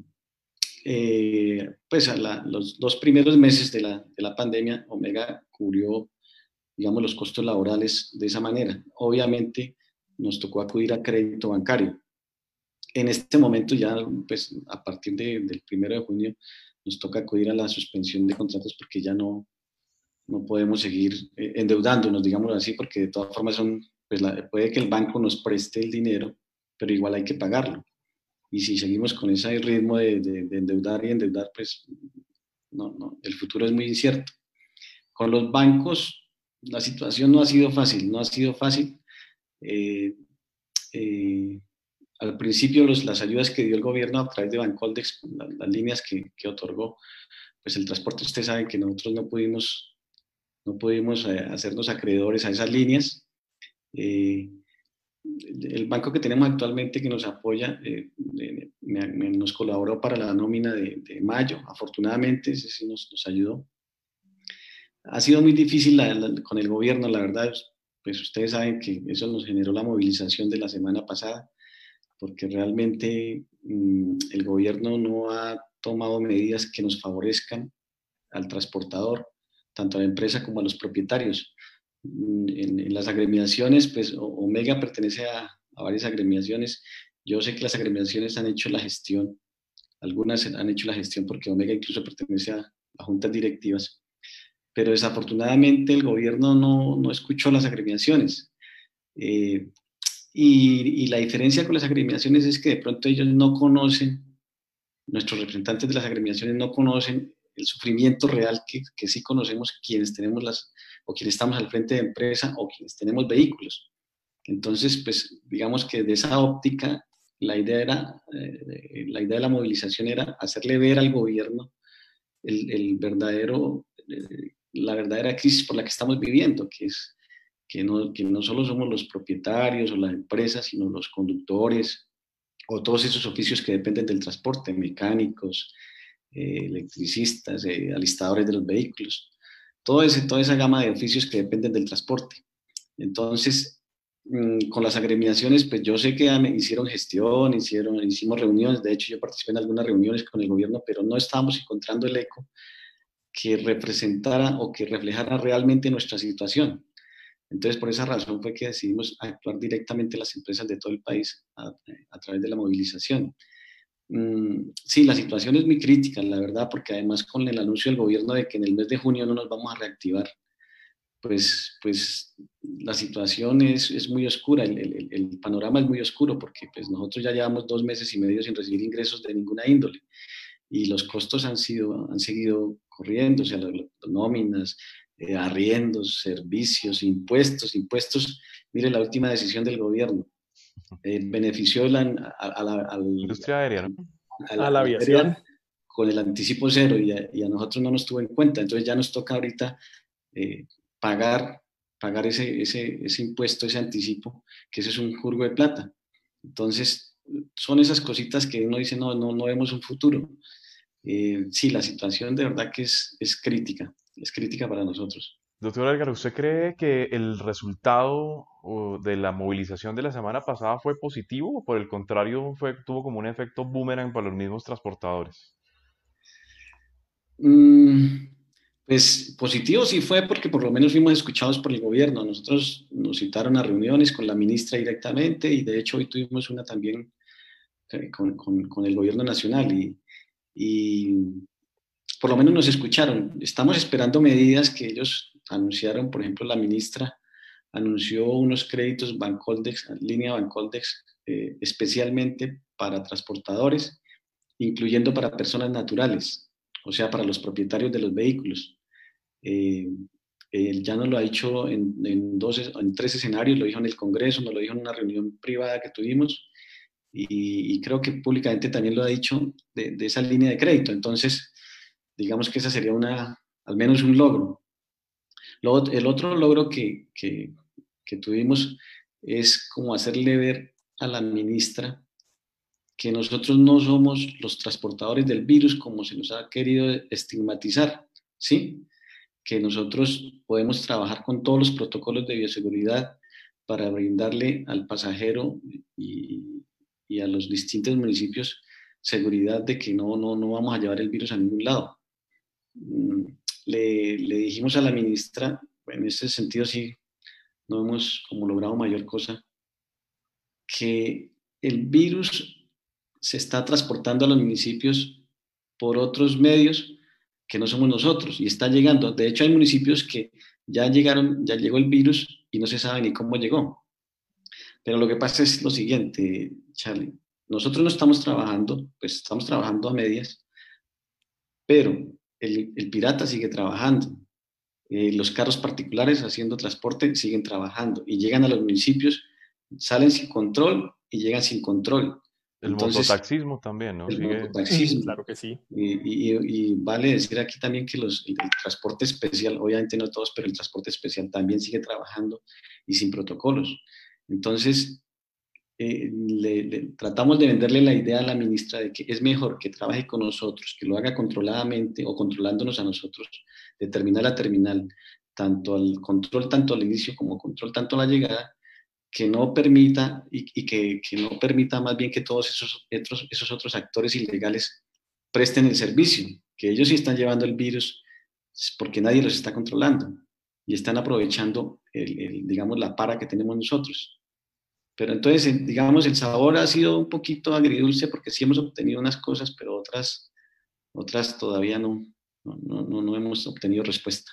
Speaker 3: pues los 2 primeros meses de la pandemia, Omega cubrió, digamos, los costos laborales de esa manera. Obviamente, nos tocó acudir a crédito bancario. En este momento ya, pues a partir del 1 de junio, nos toca acudir a la suspensión de contratos porque ya no podemos seguir endeudándonos, digámoslo así, porque de todas formas pues puede que el banco nos preste el dinero, pero igual hay que pagarlo. Y si seguimos con ese ritmo de endeudar y endeudar, pues el futuro es muy incierto. Con los bancos, la situación no ha sido fácil, no ha sido fácil. Eh, eh, Al principio las ayudas que dio el gobierno a través de Bancoldex, las líneas que otorgó, pues el transporte, usted sabe que nosotros no pudimos hacernos acreedores a esas líneas. El banco que tenemos actualmente que nos apoya nos colaboró para la nómina de mayo, afortunadamente, ese sí nos ayudó. Ha sido muy difícil con el gobierno, la verdad, pues ustedes saben que eso nos generó la movilización de la semana pasada, porque realmente el gobierno no ha tomado medidas que nos favorezcan al transportador, tanto a la empresa como a los propietarios. En las agremiaciones, pues Omega pertenece a varias agremiaciones. Yo sé que las agremiaciones han hecho la gestión, algunas han hecho la gestión porque Omega incluso pertenece a juntas directivas, pero desafortunadamente el gobierno no escuchó las agremiaciones. Y la diferencia con las agremiaciones es que de pronto ellos no conocen, nuestros representantes de las agremiaciones no conocen el sufrimiento real que sí conocemos quienes tenemos o quienes estamos al frente de empresa o quienes tenemos vehículos. Entonces, pues digamos que de esa óptica, la idea de la movilización era hacerle ver al gobierno la verdadera crisis por la que estamos viviendo, que es que no solo somos los propietarios o las empresas, sino los conductores o todos esos oficios que dependen del transporte, mecánicos, electricistas, alistadores de los vehículos, toda esa gama de oficios que dependen del transporte. Entonces, con las agremiaciones, pues yo sé que hicieron gestión, hicimos reuniones, de hecho yo participé en algunas reuniones con el gobierno, pero no estábamos encontrando el eco que representara o que reflejara realmente nuestra situación. Entonces, por esa razón fue que decidimos actuar directamente las empresas de todo el país a través de la movilización. Sí, la situación es muy crítica, la verdad, porque además con el anuncio del gobierno de que en el mes de junio no nos vamos a reactivar, pues la situación es muy oscura, el panorama es muy oscuro, porque pues nosotros ya llevamos 2 meses y medio sin recibir ingresos de ninguna índole y los costos han seguido corriendo, o sea, las nóminas, arriendos, servicios, impuestos. Mire la última decisión del gobierno. Benefició a la
Speaker 1: Industria aérea, ¿no?
Speaker 2: A la aviación.
Speaker 3: Con el anticipo cero y a nosotros no nos tuvo en cuenta. Entonces ya nos toca ahorita pagar ese impuesto, ese anticipo, que ese es un jurgo de plata. Entonces, son esas cositas que uno dice, no vemos un futuro. Sí, la situación de verdad que es crítica para nosotros.
Speaker 1: Doctor Edgar, ¿usted cree que el resultado de la movilización de la semana pasada fue positivo o por el contrario tuvo como un efecto boomerang para los mismos transportadores?
Speaker 3: Pues positivo sí fue porque por lo menos fuimos escuchados por el gobierno. Nosotros nos citaron a reuniones con la ministra directamente y de hecho hoy tuvimos una también con el gobierno nacional y por lo menos nos escucharon. Estamos esperando medidas que ellos anunciaron, por ejemplo, la ministra anunció unos créditos Bancoldex, línea Bancoldex, especialmente para transportadores, incluyendo para personas naturales, o sea, para los propietarios de los vehículos. Él ya nos lo ha dicho en 3 escenarios, lo dijo en el Congreso, nos lo dijo en una reunión privada que tuvimos y creo que públicamente también lo ha dicho de esa línea de crédito. Entonces, digamos que esa sería al menos un logro. El otro logro que tuvimos es como hacerle ver a la ministra que nosotros no somos los transportadores del virus como se nos ha querido estigmatizar, ¿sí? Que nosotros podemos trabajar con todos los protocolos de bioseguridad para brindarle al pasajero y a los distintos municipios seguridad de que no vamos a llevar el virus a ningún lado. Mm, le dijimos a la ministra, en ese sentido sí, no hemos como logrado mayor cosa, que el virus se está transportando a los municipios por otros medios que no somos nosotros y está llegando. De hecho, hay municipios que ya llegaron, ya llegó el virus y no se sabe ni cómo llegó. Pero lo que pasa es lo siguiente, Charlie. Nosotros no estamos trabajando, pues estamos trabajando a medias, pero el pirata sigue trabajando. Los carros particulares haciendo transporte siguen trabajando y llegan a los municipios, salen sin control y llegan sin control.
Speaker 1: El
Speaker 3: Entonces,
Speaker 1: mototaxismo también, ¿no?
Speaker 3: el
Speaker 1: Sigue.
Speaker 3: mototaxismo.
Speaker 2: Claro que sí.
Speaker 3: Y vale decir aquí también que el transporte especial, obviamente no todos, pero el transporte especial también sigue trabajando y sin protocolos. Entonces, tratamos de venderle la idea a la ministra de que es mejor que trabaje con nosotros, que lo haga controladamente o controlándonos a nosotros de terminal a terminal, tanto al control, tanto al inicio como control, tanto a la llegada, que no permita y que no permita más bien que todos esos otros actores ilegales presten el servicio, que ellos sí están llevando el virus porque nadie los está controlando y están aprovechando, digamos, la para que tenemos nosotros. Pero entonces, digamos, el sabor ha sido un poquito agridulce porque sí hemos obtenido unas cosas, pero otras todavía no hemos obtenido respuesta.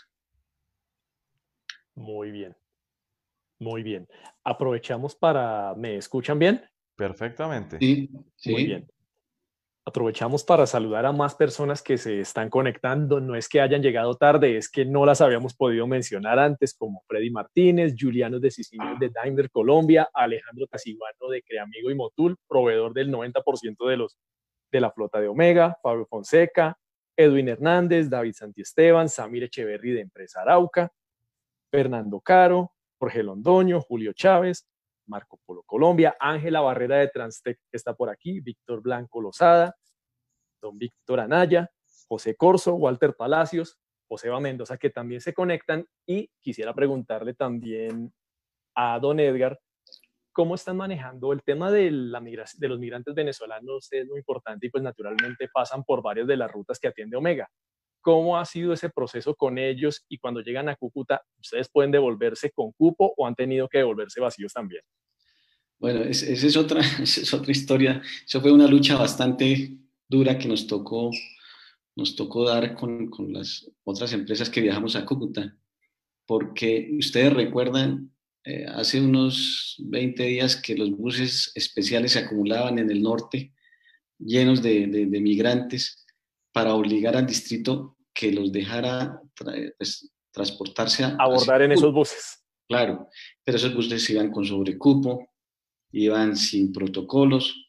Speaker 2: Muy bien, muy bien. Aprovechamos para... ¿Me escuchan bien?
Speaker 1: Perfectamente.
Speaker 3: Sí,
Speaker 2: Muy
Speaker 3: sí.
Speaker 2: bien. Aprovechamos para saludar a más personas que se están conectando. No es que hayan llegado tarde, es que no las habíamos podido mencionar antes, como Freddy Martínez, Juliano de Sicilia de Daimler Colombia, Alejandro Casiguano de Creamigo y Motul, proveedor del 90% de la flota de Omega, Fabio Fonseca, Edwin Hernández, David Santiesteban, Samir Echeverry de Empresa Arauca, Fernando Caro, Jorge Londoño, Julio Chávez, Marco Polo Colombia, Ángela Barrera de Transtec, que está por aquí, Víctor Blanco Lozada, don Víctor Anaya, José Corso, Walter Palacios, Joseba Mendoza, que también se conectan. Y quisiera preguntarle también a don Edgar, ¿cómo están manejando el tema de de los migrantes venezolanos? Es muy importante y pues naturalmente pasan por varias de las rutas que atiende Omega. ¿Cómo ha sido ese proceso con ellos? Y cuando llegan a Cúcuta, ¿ustedes pueden devolverse con cupo o han tenido que devolverse vacíos también?
Speaker 3: Bueno, esa es otra, esa es otra historia. Eso fue una lucha bastante dura que nos tocó dar con las otras empresas que viajamos a Cúcuta, porque ustedes recuerdan, hace unos 20 días que los buses especiales se acumulaban en el norte, llenos de migrantes, para obligar al distrito que los dejara pues, transportarse hacia
Speaker 2: Abordar en esos
Speaker 3: Cúcuta.
Speaker 2: buses.
Speaker 3: Claro, pero esos buses iban con sobrecupo, iban sin protocolos,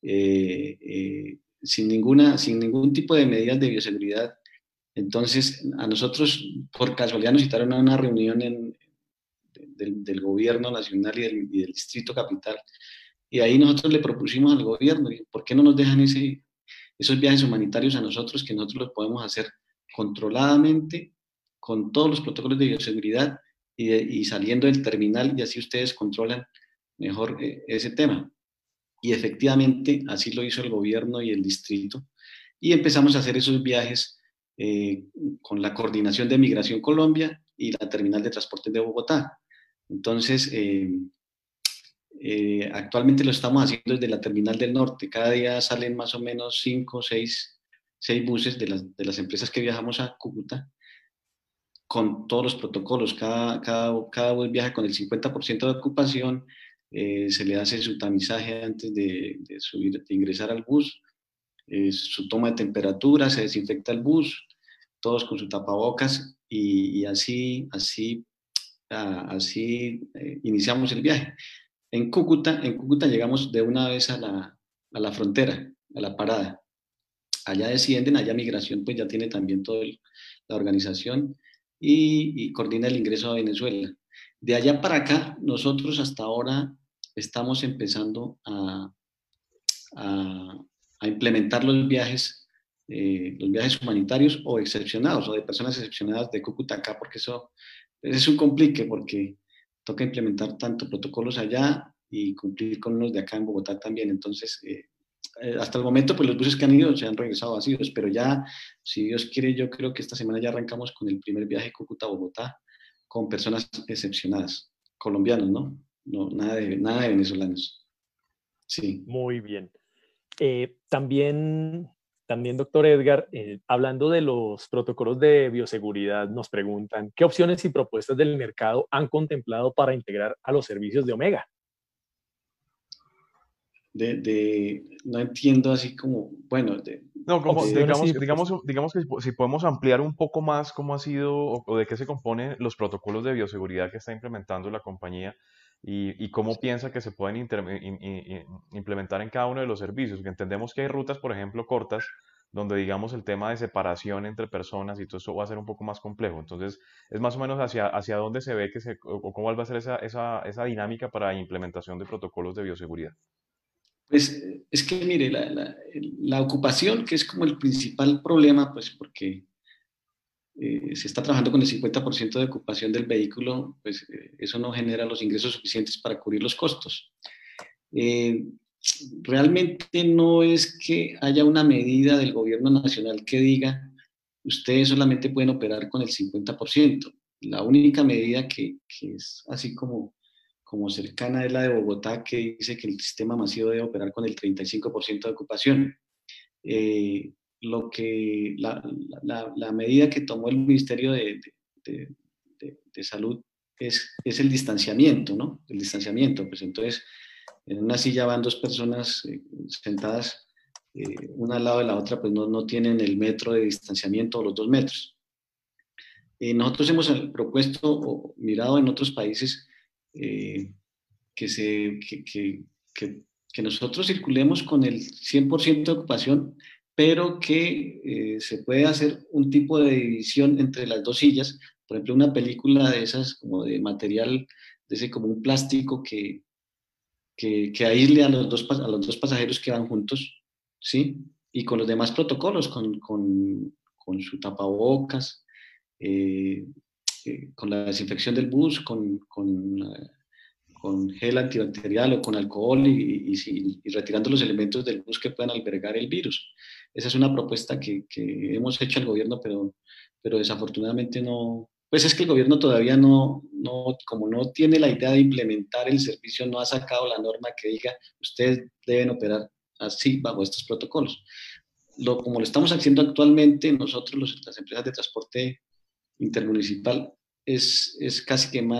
Speaker 3: sin ningún tipo de medidas de bioseguridad. Entonces, a nosotros, por casualidad, nos citaron a una reunión del gobierno nacional y del distrito capital, y ahí nosotros le propusimos al gobierno, ¿por qué no nos dejan esos viajes humanitarios a nosotros, que nosotros los podemos hacer controladamente, con todos los protocolos de bioseguridad y saliendo del terminal, y así ustedes controlan mejor ese tema? Y efectivamente así lo hizo el gobierno y el distrito. Y empezamos a hacer esos viajes con la Coordinación de Migración Colombia y la Terminal de Transportes de Bogotá. Entonces, actualmente lo estamos haciendo desde la Terminal del Norte. Cada día salen más o menos 5 o 6 buses de las empresas que viajamos a Cúcuta con todos los protocolos. Cada bus viaja con el 50% de ocupación. Se le hace su tamizaje antes de subir, de ingresar al bus, su toma de temperatura, se desinfecta el bus, todos con su tapabocas y así iniciamos el viaje. En Cúcuta llegamos de una vez a la frontera, a la parada. Allá descienden, allá Migración pues ya tiene también toda la organización y coordina el ingreso a Venezuela. De allá para acá, nosotros hasta ahora estamos empezando a, a implementar los viajes humanitarios o excepcionados, o de personas excepcionadas de Cúcuta acá, porque eso es un complique, porque toca implementar tanto protocolos allá y cumplir con unos de acá en Bogotá también. Entonces, hasta el momento, pues los buses que han ido se han regresado vacíos, pero ya, si Dios quiere, yo creo que esta semana ya arrancamos con el primer viaje Cúcuta-Bogotá con personas excepcionadas, colombianos, ¿no? No, nada de venezolanos. Sí.
Speaker 2: Muy bien. También, doctor Edgar, hablando de los protocolos de bioseguridad, nos preguntan, ¿qué opciones y propuestas del mercado han contemplado para integrar a los servicios de Omega?
Speaker 3: No entiendo así como, bueno,
Speaker 1: No, como
Speaker 2: Opciones y
Speaker 1: digamos que si podemos ampliar un poco más cómo ha sido o de qué se componen los protocolos de bioseguridad que está implementando la compañía y cómo piensa que se pueden implementar en cada uno de los servicios. Que entendemos que hay rutas, por ejemplo, cortas, donde digamos el tema de separación entre personas y todo eso va a ser un poco más complejo. Entonces, es más o menos hacia dónde se ve o cómo va a ser esa dinámica para implementación de protocolos de bioseguridad.
Speaker 3: pues es que mire, la ocupación, que es como el principal problema, pues porque se está trabajando con el 50% de ocupación del vehículo, pues eso no genera los ingresos suficientes para cubrir los costos. Eh, Realmente no es que haya una medida del gobierno nacional que diga, ustedes solamente pueden operar con el 50%. La única medida que es así como cercana es la de Bogotá, que dice que el sistema masivo debe operar con el 35% de ocupación. La medida que tomó el Ministerio de, de Salud es el distanciamiento, ¿no? El distanciamiento, pues entonces en una silla van dos personas sentadas una al lado de la otra, pues no tienen el metro de distanciamiento o los 2 metros. Nosotros hemos propuesto o mirado en otros países eh, que, se, que nosotros circulemos con el 100% de ocupación, pero que se puede hacer un tipo de división entre las dos sillas. Por ejemplo, una película de esas como de material, de ese como un plástico que aísle a los dos pasajeros que van juntos, ¿sí? Y con los demás protocolos, con su tapabocas, eh, con la desinfección del bus, con gel antibacterial o con alcohol y retirando los elementos del bus que puedan albergar el virus. Esa es una propuesta que hemos hecho al gobierno, pero desafortunadamente no, pues es que el gobierno todavía como no tiene la idea de implementar el servicio, no ha sacado la norma que diga, ustedes deben operar así bajo estos protocolos. Como lo estamos haciendo actualmente, nosotros, las empresas de transporte intermunicipal, es casi que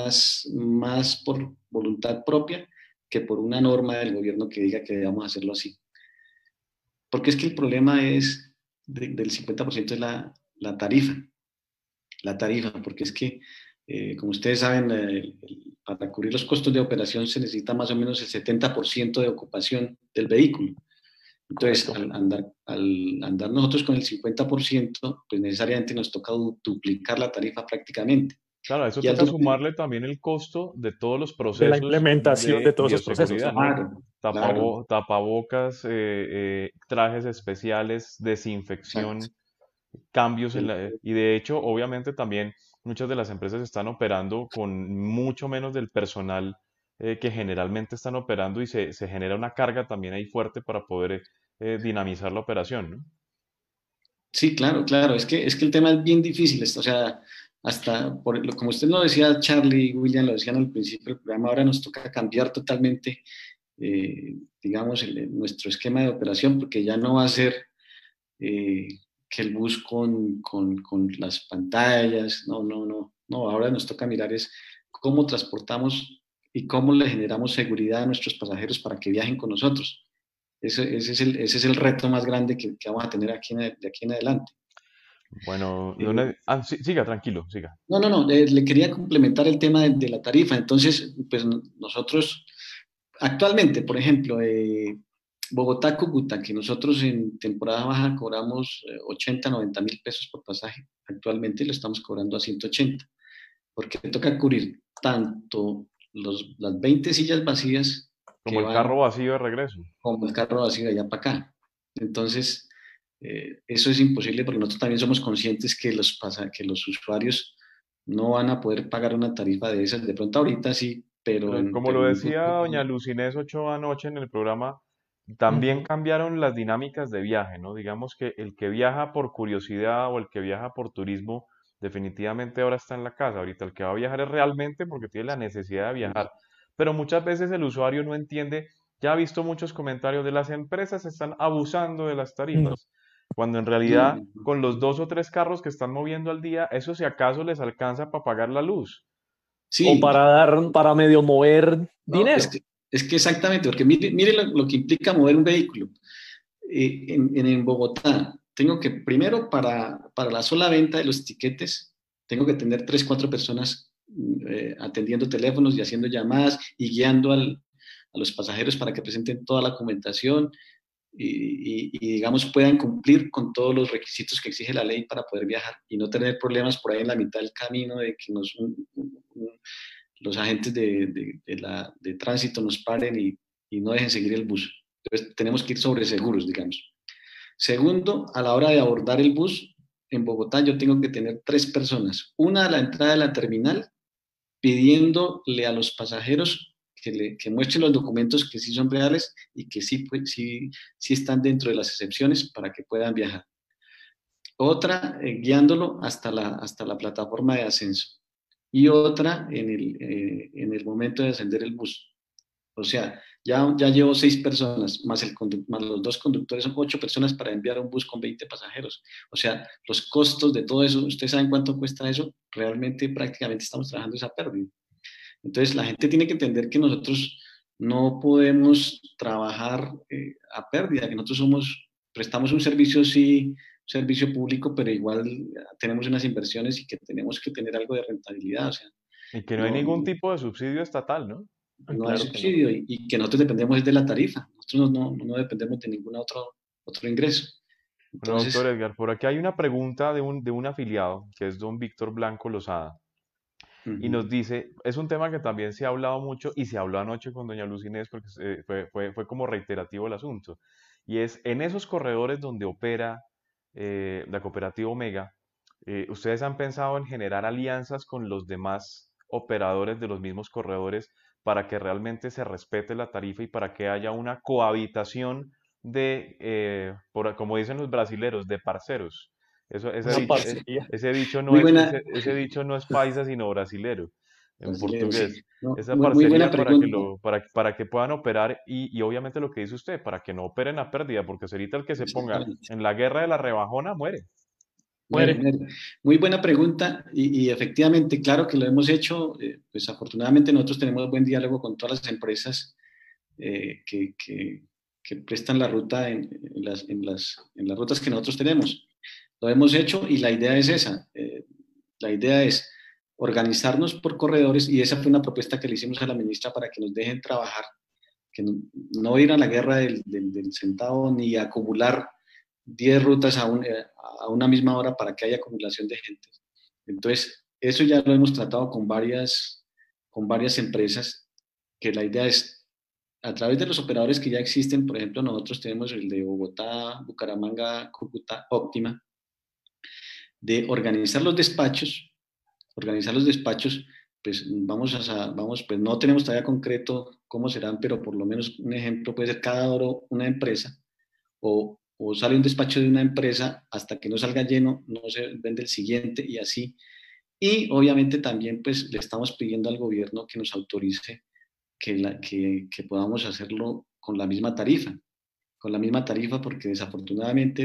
Speaker 3: más por voluntad propia que por una norma del gobierno que diga que debamos hacerlo así. Porque es que el problema del 50% es la tarifa. La tarifa, porque es que, como ustedes saben, para cubrir los costos de operación se necesita más o menos el 70% de ocupación del vehículo. Entonces, al andar nosotros con el 50%, pues necesariamente nos toca duplicar la tarifa prácticamente.
Speaker 1: Claro, a eso
Speaker 3: Y
Speaker 1: toca sumarle también el costo de todos los
Speaker 2: de la
Speaker 1: procesos
Speaker 2: implementación
Speaker 1: de
Speaker 2: de todos esos procesos.
Speaker 1: bioseguridad, ¿no?
Speaker 3: Claro.
Speaker 1: Tapabocas, trajes especiales,
Speaker 3: Exacto.
Speaker 1: desinfección, cambios y de hecho, obviamente también muchas de las empresas están operando con mucho menos del personal que generalmente están operando y se genera una carga también ahí fuerte para poder dinamizar la operación, ¿no?
Speaker 3: Sí, claro, claro. Es que el tema es bien difícil. O sea, como usted lo decía, Charlie y William lo decían al principio del programa, ahora nos toca cambiar totalmente, digamos, nuestro esquema de operación, porque ya no va a ser eh, que el bus con las pantallas, no, ahora nos toca mirar es cómo transportamos y cómo le generamos seguridad a nuestros pasajeros para que viajen con nosotros. Ese es el reto más grande que vamos a tener de aquí en adelante.
Speaker 1: Bueno,
Speaker 3: Eh,
Speaker 1: siga, tranquilo, siga.
Speaker 3: no, le quería complementar el tema de la tarifa. Entonces, pues nosotros, actualmente, por ejemplo, Bogotá-Cúcuta, que nosotros en temporada baja cobramos 80, 90 mil pesos por pasaje, actualmente lo estamos cobrando a 180, porque toca cubrir tanto las 20 sillas vacías
Speaker 1: Como
Speaker 3: que
Speaker 1: el carro
Speaker 3: van
Speaker 1: vacío de regreso.
Speaker 3: como el carro vacío de allá para acá. Entonces, eso es imposible porque nosotros también somos conscientes que los usuarios no van a poder pagar una tarifa de esas. De pronto ahorita sí, pero
Speaker 1: Pero como
Speaker 3: pero
Speaker 1: lo
Speaker 3: en un
Speaker 1: decía
Speaker 3: futuro
Speaker 1: doña Lucinés Ochoa anoche en el programa, también
Speaker 2: Ujú.
Speaker 1: cambiaron las dinámicas de viaje, ¿no? Digamos que el que viaja por curiosidad o el que viaja por turismo, definitivamente ahora está en la casa. Ahorita el que va a viajar es realmente porque tiene la necesidad de viajar. Pero muchas veces el usuario no entiende, ya ha visto muchos comentarios de las empresas están abusando de las
Speaker 2: No,
Speaker 1: tarifas, cuando en
Speaker 3: No,
Speaker 1: realidad con los 2 o 3 carros que están moviendo al día, eso si acaso les alcanza para pagar la luz.
Speaker 2: o
Speaker 3: sí,
Speaker 2: para medio mover
Speaker 3: no,
Speaker 2: dinero.
Speaker 3: es que exactamente, porque mire lo que implica mover un vehículo. En Bogotá, tengo que, primero, para la sola venta de los tiquetes, tengo que tener 3, 4 personas atendiendo teléfonos y haciendo llamadas y guiando a los pasajeros para que presenten toda la documentación digamos, puedan cumplir con todos los requisitos que exige la ley para poder viajar y no tener problemas por ahí en la mitad del camino de que los agentes de tránsito nos paren y no dejen seguir el bus. Entonces, tenemos que ir sobre seguros, digamos. Segundo, a la hora de abordar el bus, en Bogotá yo tengo que tener 3 personas. Una a la entrada de la terminal pidiéndole a los pasajeros que muestren los documentos que sí son reales y que sí, pues, sí están dentro de las excepciones para que puedan viajar. Otra guiándolo hasta la plataforma de ascenso. Y otra en el momento de ascender el bus. O sea, ya llevo 6 personas, más los 2 conductores, son 8 personas para enviar un bus con 20 pasajeros. O sea, los costos de todo eso, ¿ustedes saben cuánto cuesta eso? Realmente prácticamente estamos trabajando esa pérdida. Entonces, la gente tiene que entender que nosotros no podemos trabajar a pérdida, que nosotros prestamos un servicio, sí, un servicio público, pero igual tenemos unas inversiones y que tenemos que tener algo de rentabilidad. O sea,
Speaker 1: Y que no hay
Speaker 3: no,
Speaker 1: ningún tipo de subsidio estatal, ¿no?
Speaker 3: no hay
Speaker 2: Claro que no.
Speaker 3: subsidio y que nosotros dependemos es de la tarifa. Nosotros no dependemos de ningún otro ingreso.
Speaker 1: Bueno, doctor
Speaker 3: Entonces,
Speaker 1: Edgar, por aquí hay una pregunta de un afiliado, que es don Víctor Blanco Lozada, y
Speaker 3: ujú,
Speaker 1: nos dice, es un tema que también se ha hablado mucho y se habló anoche con doña Luz Inés porque fue como reiterativo el asunto, y es en esos corredores donde opera la cooperativa Omega, ¿ustedes han pensado en generar alianzas con los demás operadores de los mismos corredores para que realmente se respete la tarifa y para que haya una cohabitación como dicen los brasileros, de parceros? Eso, ese
Speaker 2: Una
Speaker 1: dicho,
Speaker 2: parcería.
Speaker 1: ese dicho no
Speaker 3: muy
Speaker 1: es,
Speaker 3: buena,
Speaker 1: ese dicho no es paisa, sino brasilero, en
Speaker 3: brasileño, sí.
Speaker 1: portugués.
Speaker 3: No,
Speaker 1: Esa
Speaker 3: muy buena
Speaker 1: parcería
Speaker 3: pregunta.
Speaker 1: para que puedan operar y obviamente lo que dice usted, para que no operen a pérdida, porque si ahorita el que se ponga
Speaker 3: Exactamente.
Speaker 1: en la guerra de la rebajona muere.
Speaker 3: Muere,
Speaker 2: Muere.
Speaker 3: muere. Muy buena pregunta y efectivamente, claro que lo hemos hecho. Pues afortunadamente nosotros tenemos buen diálogo con todas las empresas eh, que, que- que prestan la ruta en las rutas que nosotros tenemos. Lo hemos hecho y la idea es esa. La idea es organizarnos por corredores y esa fue una propuesta que le hicimos a la ministra para que nos dejen trabajar, que no ir a la guerra del centavo ni acumular 10 rutas a una misma hora para que haya acumulación de gente. Entonces, eso ya lo hemos tratado con varias empresas, que la idea es, a través de los operadores que ya existen, por ejemplo, nosotros tenemos el de Bogotá, Bucaramanga, Cúcuta, Óptima, de organizar los despachos, pues pues no tenemos todavía concreto cómo serán, pero por lo menos un ejemplo puede ser cada oro una empresa o sale un despacho de una empresa hasta que no salga lleno, no se vende el siguiente y así. Y obviamente también pues le estamos pidiendo al gobierno que nos autorice que podamos hacerlo con la misma tarifa porque desafortunadamente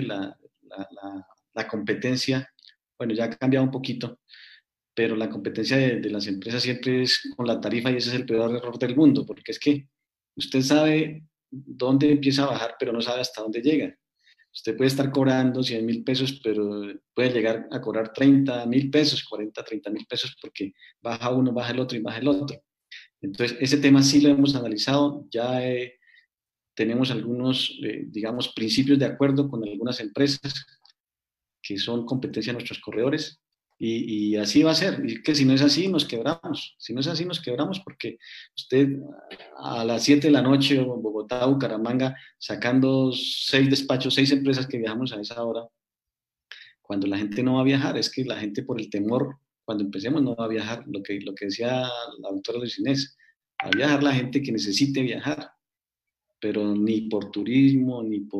Speaker 3: la competencia, bueno, ya ha cambiado un poquito, pero la competencia de las empresas siempre es con la tarifa y ese es el peor error del mundo, porque es que usted sabe dónde empieza a bajar, pero no sabe hasta dónde llega. Usted puede estar cobrando 100.000 pesos, pero puede llegar a cobrar 30.000 pesos, 40, 30.000 pesos, porque baja uno, baja el otro y baja el otro. Entonces, ese tema sí lo hemos analizado, ya tenemos algunos, digamos, principios de acuerdo con algunas empresas que son competencia de nuestros corredores. Y así va a ser. Y que si no es así, nos quebramos. Si no es así, nos quebramos porque usted a las 7 de la noche, en Bogotá, Bucaramanga, sacando 6 despachos, 6 empresas que viajamos a esa hora, cuando la gente no va a viajar, es que la gente por el temor, cuando empecemos, no va a viajar. Lo que decía la doctora Luis Inés, va a viajar la gente que necesite viajar, pero ni por turismo,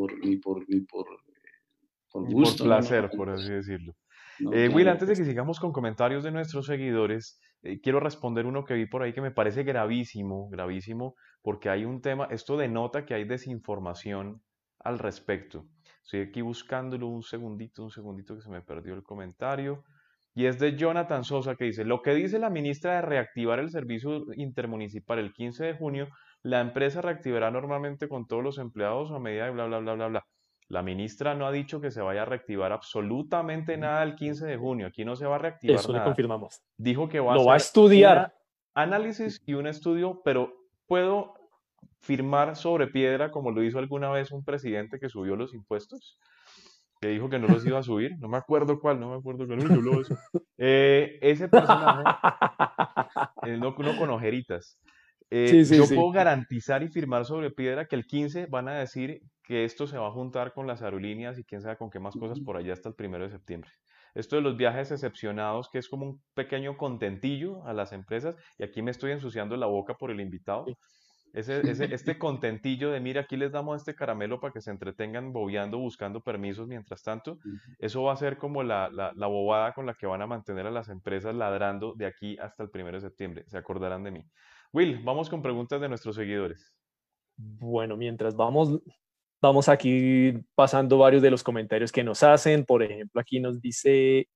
Speaker 3: por
Speaker 1: Y por
Speaker 3: gusto, no, no,
Speaker 1: placer, por
Speaker 3: no,
Speaker 1: así decirlo.
Speaker 3: no,
Speaker 1: Will,
Speaker 3: claro,
Speaker 1: antes de que sigamos con comentarios de nuestros seguidores, quiero responder uno que vi por ahí que me parece gravísimo, gravísimo, porque hay un tema, esto denota que hay desinformación al respecto. Estoy aquí buscándolo un segundito que se me perdió el comentario. Y es de Jonathan Sosa que dice, lo que dice la ministra de reactivar el servicio intermunicipal el 15 de junio, la empresa reactivará normalmente con todos los empleados a medida de bla, bla, bla, bla, bla. La ministra no ha dicho que se vaya a reactivar absolutamente nada el 15 de junio. Aquí no se va a reactivar
Speaker 2: Eso le
Speaker 1: nada.
Speaker 2: confirmamos.
Speaker 1: Dijo que va a
Speaker 2: Lo va a
Speaker 1: hacer un
Speaker 2: estudiar.
Speaker 1: análisis y un estudio, pero puedo firmar sobre piedra, como lo hizo alguna vez un presidente que subió los impuestos, que dijo que no los iba a subir. No me acuerdo cuál, no me acuerdo cuál, que habló de eso. Ese personaje, no con ojeritas.
Speaker 2: Sí, sí,
Speaker 1: Yo
Speaker 2: sí.
Speaker 1: puedo garantizar y firmar sobre piedra que el 15 van a decir que esto se va a juntar con las aerolíneas y quién sabe con qué más cosas por allá hasta el 1 de septiembre. Esto de los viajes excepcionados, que es como un pequeño contentillo a las empresas, y aquí me estoy ensuciando la boca por el invitado. Este contentillo de, mira, aquí les damos este caramelo para que se entretengan bobeando, buscando permisos mientras tanto, eso va a ser como la bobada con la que van a mantener a las empresas ladrando de aquí hasta el 1 de septiembre. Se acordarán de mí. Will, vamos con preguntas de nuestros seguidores.
Speaker 2: Bueno, mientras vamos aquí pasando varios de los comentarios que nos hacen. Por ejemplo, aquí nos dice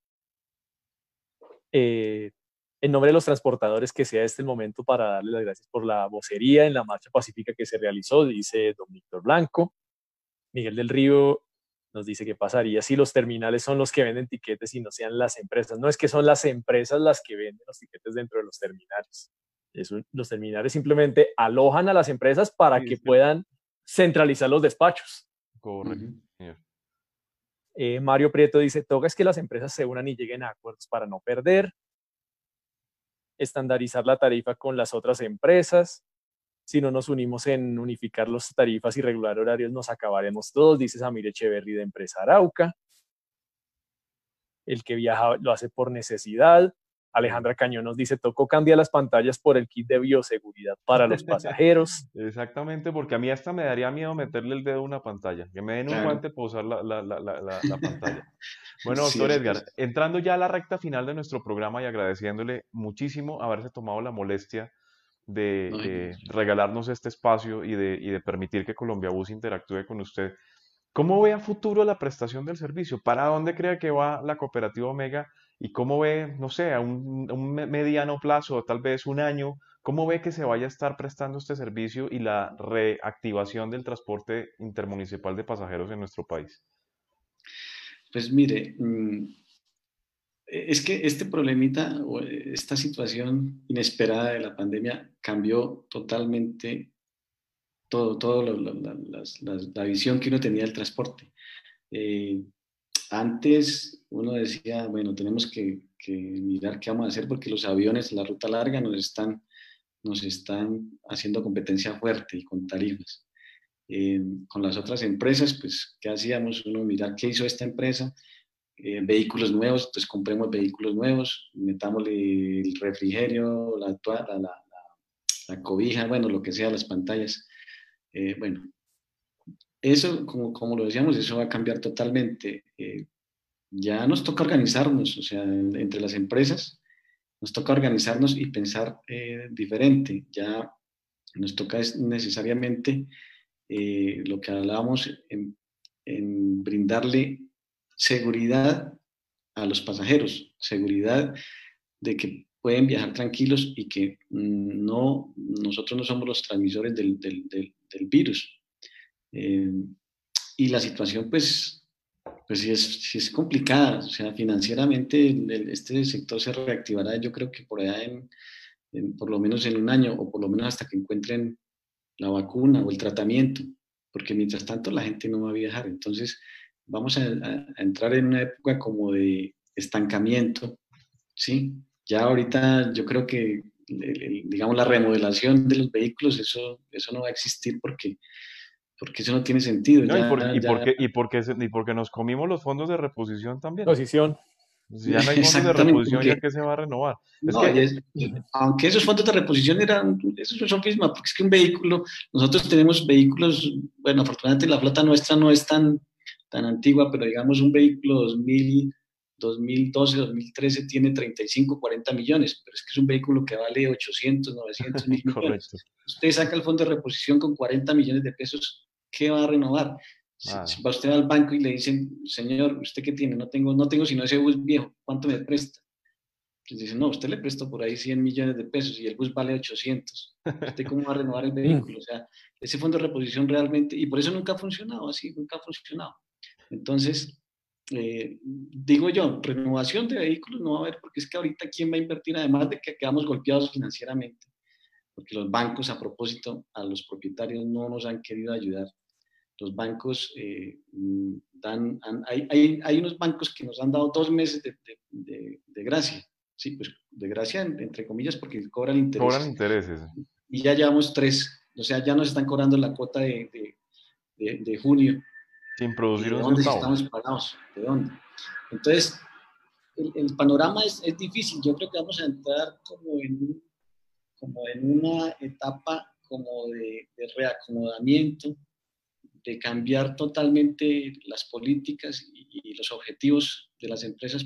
Speaker 2: en nombre de los transportadores que sea este el momento para darle las gracias por la vocería en la marcha pacífica que se realizó, dice don Víctor Blanco. Miguel del Río nos dice qué pasaría si los terminales son los que venden tiquetes y no sean las empresas. No es que son las empresas las que venden los tiquetes dentro de los terminales. Los terminales simplemente alojan a las empresas para
Speaker 1: Sí,
Speaker 2: que
Speaker 1: es que
Speaker 2: puedan centralizar los despachos.
Speaker 1: correcto, señor.
Speaker 2: Mario Prieto dice, toca es que las empresas se unan y lleguen a acuerdos para no perder, estandarizar la tarifa con las otras empresas. Si no nos unimos en unificar las tarifas y regular horarios, nos acabaremos todos, dice Samir Echeverry de Empresa Arauca. El que viaja lo hace por necesidad. Alejandra Cañón nos dice, tocó cambiar las pantallas por el kit de bioseguridad para los pasajeros.
Speaker 1: Exactamente, porque a mí hasta me daría miedo meterle el dedo a una pantalla, que me den un
Speaker 3: claro.
Speaker 1: guante para usar la pantalla. Bueno,
Speaker 3: Sí,
Speaker 1: doctor Edgar, entrando ya a la recta final de nuestro programa y agradeciéndole muchísimo haberse tomado la molestia de
Speaker 3: no,
Speaker 1: regalarnos este espacio y de permitir que Colombia Bus interactúe con usted. ¿Cómo ve a futuro la prestación del servicio? ¿Para dónde cree que va la cooperativa Omega? ¿Y cómo ve, no sé, a un mediano plazo, tal vez un año, cómo ve que se vaya a estar prestando este servicio y la reactivación del transporte intermunicipal de pasajeros en nuestro país?
Speaker 3: pues mire, es que este problemita o esta situación inesperada de la pandemia cambió totalmente todo la visión que uno tenía del transporte. Eh, Antes uno decía, bueno, tenemos que mirar qué vamos a hacer porque los aviones, la ruta larga, nos están haciendo competencia fuerte y con tarifas. Con las otras empresas, pues, ¿qué hacíamos? Uno mirar qué hizo esta empresa, vehículos nuevos, entonces compremos vehículos nuevos, metámosle el refrigerio, la cobija, bueno, lo que sea, las pantallas. Bueno, eso, como lo decíamos, eso va a cambiar totalmente. Ya nos toca organizarnos, o sea, entre las empresas, nos toca organizarnos y pensar diferente. Ya nos toca necesariamente lo que hablábamos en brindarle seguridad a los pasajeros, seguridad de que pueden viajar tranquilos y que nosotros no somos los transmisores del virus. Eh, y la situación, pues sí es complicada, o sea, financieramente este sector se reactivará, yo creo que por allá por lo menos en un año o por lo menos hasta que encuentren la vacuna o el tratamiento, porque mientras tanto la gente no va a viajar. Entonces vamos a entrar en una época como de estancamiento, ¿sí? Ya ahorita yo creo que, digamos, la remodelación de los vehículos, eso no va a existir porque eso no tiene sentido.
Speaker 1: No,
Speaker 3: Ya,
Speaker 1: y porque nos comimos los fondos de reposición también.
Speaker 2: Posición.
Speaker 1: Si ya no hay fondos de
Speaker 3: Exactamente,
Speaker 1: reposición, ¿ya qué se va a renovar? Es
Speaker 3: no,
Speaker 1: que,
Speaker 3: aunque esos fondos de reposición eso es un sofisma, porque es que un vehículo, nosotros tenemos vehículos, bueno, afortunadamente la flota nuestra no es tan antigua, pero digamos un vehículo 2012, 2013 tiene 35, 40 millones, pero es que es un vehículo que vale 800, 900, 1.000 millones.
Speaker 1: correcto.
Speaker 3: Usted saca el fondo de reposición con 40 millones de pesos, ¿qué va a renovar? Si
Speaker 1: Nada.
Speaker 3: va usted al banco y le dicen, señor, ¿usted qué tiene? No tengo sino ese bus viejo, ¿cuánto me presta? Pues dice, no, usted le prestó por ahí 100 millones de pesos y el bus vale 800. ¿Usted cómo va a renovar el vehículo? O sea, ese fondo de reposición realmente, y por eso nunca ha funcionado así, nunca ha funcionado. Entonces, digo yo, renovación de vehículos no va a haber, porque es que ahorita quién va a invertir, además de que quedamos golpeados financieramente, porque los bancos, a propósito, a los propietarios no nos han querido ayudar. Los bancos hay unos bancos que nos han dado 2 meses de gracia, sí, pues de gracia entre comillas porque cobran
Speaker 1: Cobran
Speaker 3: intereses
Speaker 1: intereses,
Speaker 3: y ya llevamos 3, o sea, ya nos están cobrando la cuota de junio
Speaker 1: sin
Speaker 3: y
Speaker 1: producir
Speaker 3: de
Speaker 1: un
Speaker 3: dónde si
Speaker 1: centavo.
Speaker 3: estamos pagados, de dónde. Entonces, el panorama es difícil, yo creo que vamos a entrar como en una etapa como de reacomodamiento, de cambiar totalmente las políticas y los objetivos de las empresas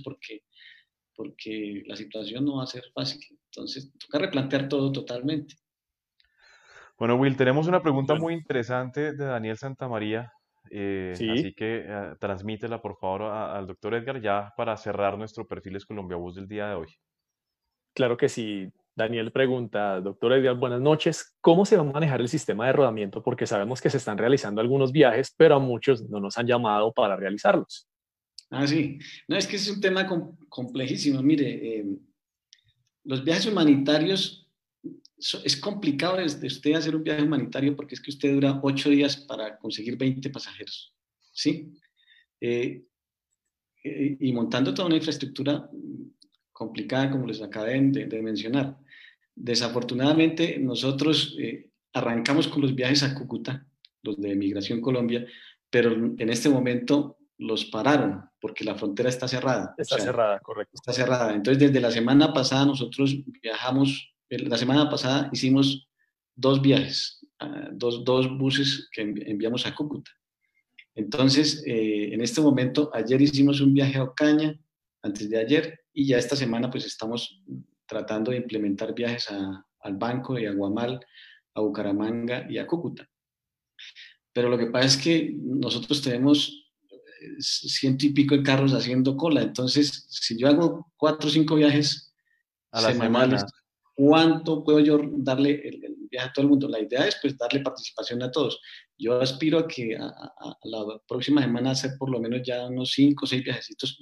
Speaker 3: porque la situación no va a ser fácil. Entonces, toca replantear todo totalmente.
Speaker 1: Bueno, Will, tenemos una pregunta muy interesante de Daniel Santamaría,
Speaker 2: Sí,
Speaker 1: así que transmítela por favor al doctor Edgar ya para cerrar nuestro Perfiles Colombia Bus del día de hoy.
Speaker 2: claro que sí. Daniel pregunta, doctor Edgar, buenas noches. ¿Cómo se va a manejar el sistema de rodamiento? Porque sabemos que se están realizando algunos viajes, pero a muchos no nos han llamado para realizarlos.
Speaker 3: Ah, sí. No, es que es un tema complejísimo. Mire, los viajes humanitarios, es complicado de usted hacer un viaje humanitario porque es que usted dura 8 días para conseguir 20 pasajeros. ¿Sí? Eh, y montando toda una infraestructura complicada, como les acabé de mencionar. Desafortunadamente, nosotros arrancamos con los viajes a Cúcuta, los de Migración Colombia, pero en este momento los pararon porque la frontera está cerrada. O
Speaker 2: Está
Speaker 3: sea,
Speaker 2: cerrada, correcto.
Speaker 3: está cerrada. Entonces, desde la semana pasada nosotros viajamos, la semana pasada hicimos 2 viajes, dos buses que enviamos a Cúcuta. Entonces, en este momento, ayer hicimos un viaje a Ocaña, antes de ayer, y ya esta semana pues estamos tratando de implementar viajes al Banco y a Guamal, a Bucaramanga y a Cúcuta. Pero lo que pasa es que nosotros tenemos 100 y pico de carros haciendo cola, entonces si yo hago 4 o 5 viajes
Speaker 1: A la
Speaker 3: semanales,
Speaker 1: semana.
Speaker 3: ¿cuánto puedo yo darle el viaje a todo el mundo? La idea es pues darle participación a todos. Yo aspiro a que a la próxima semana hacer por lo menos ya unos 5 o 6 viajecitos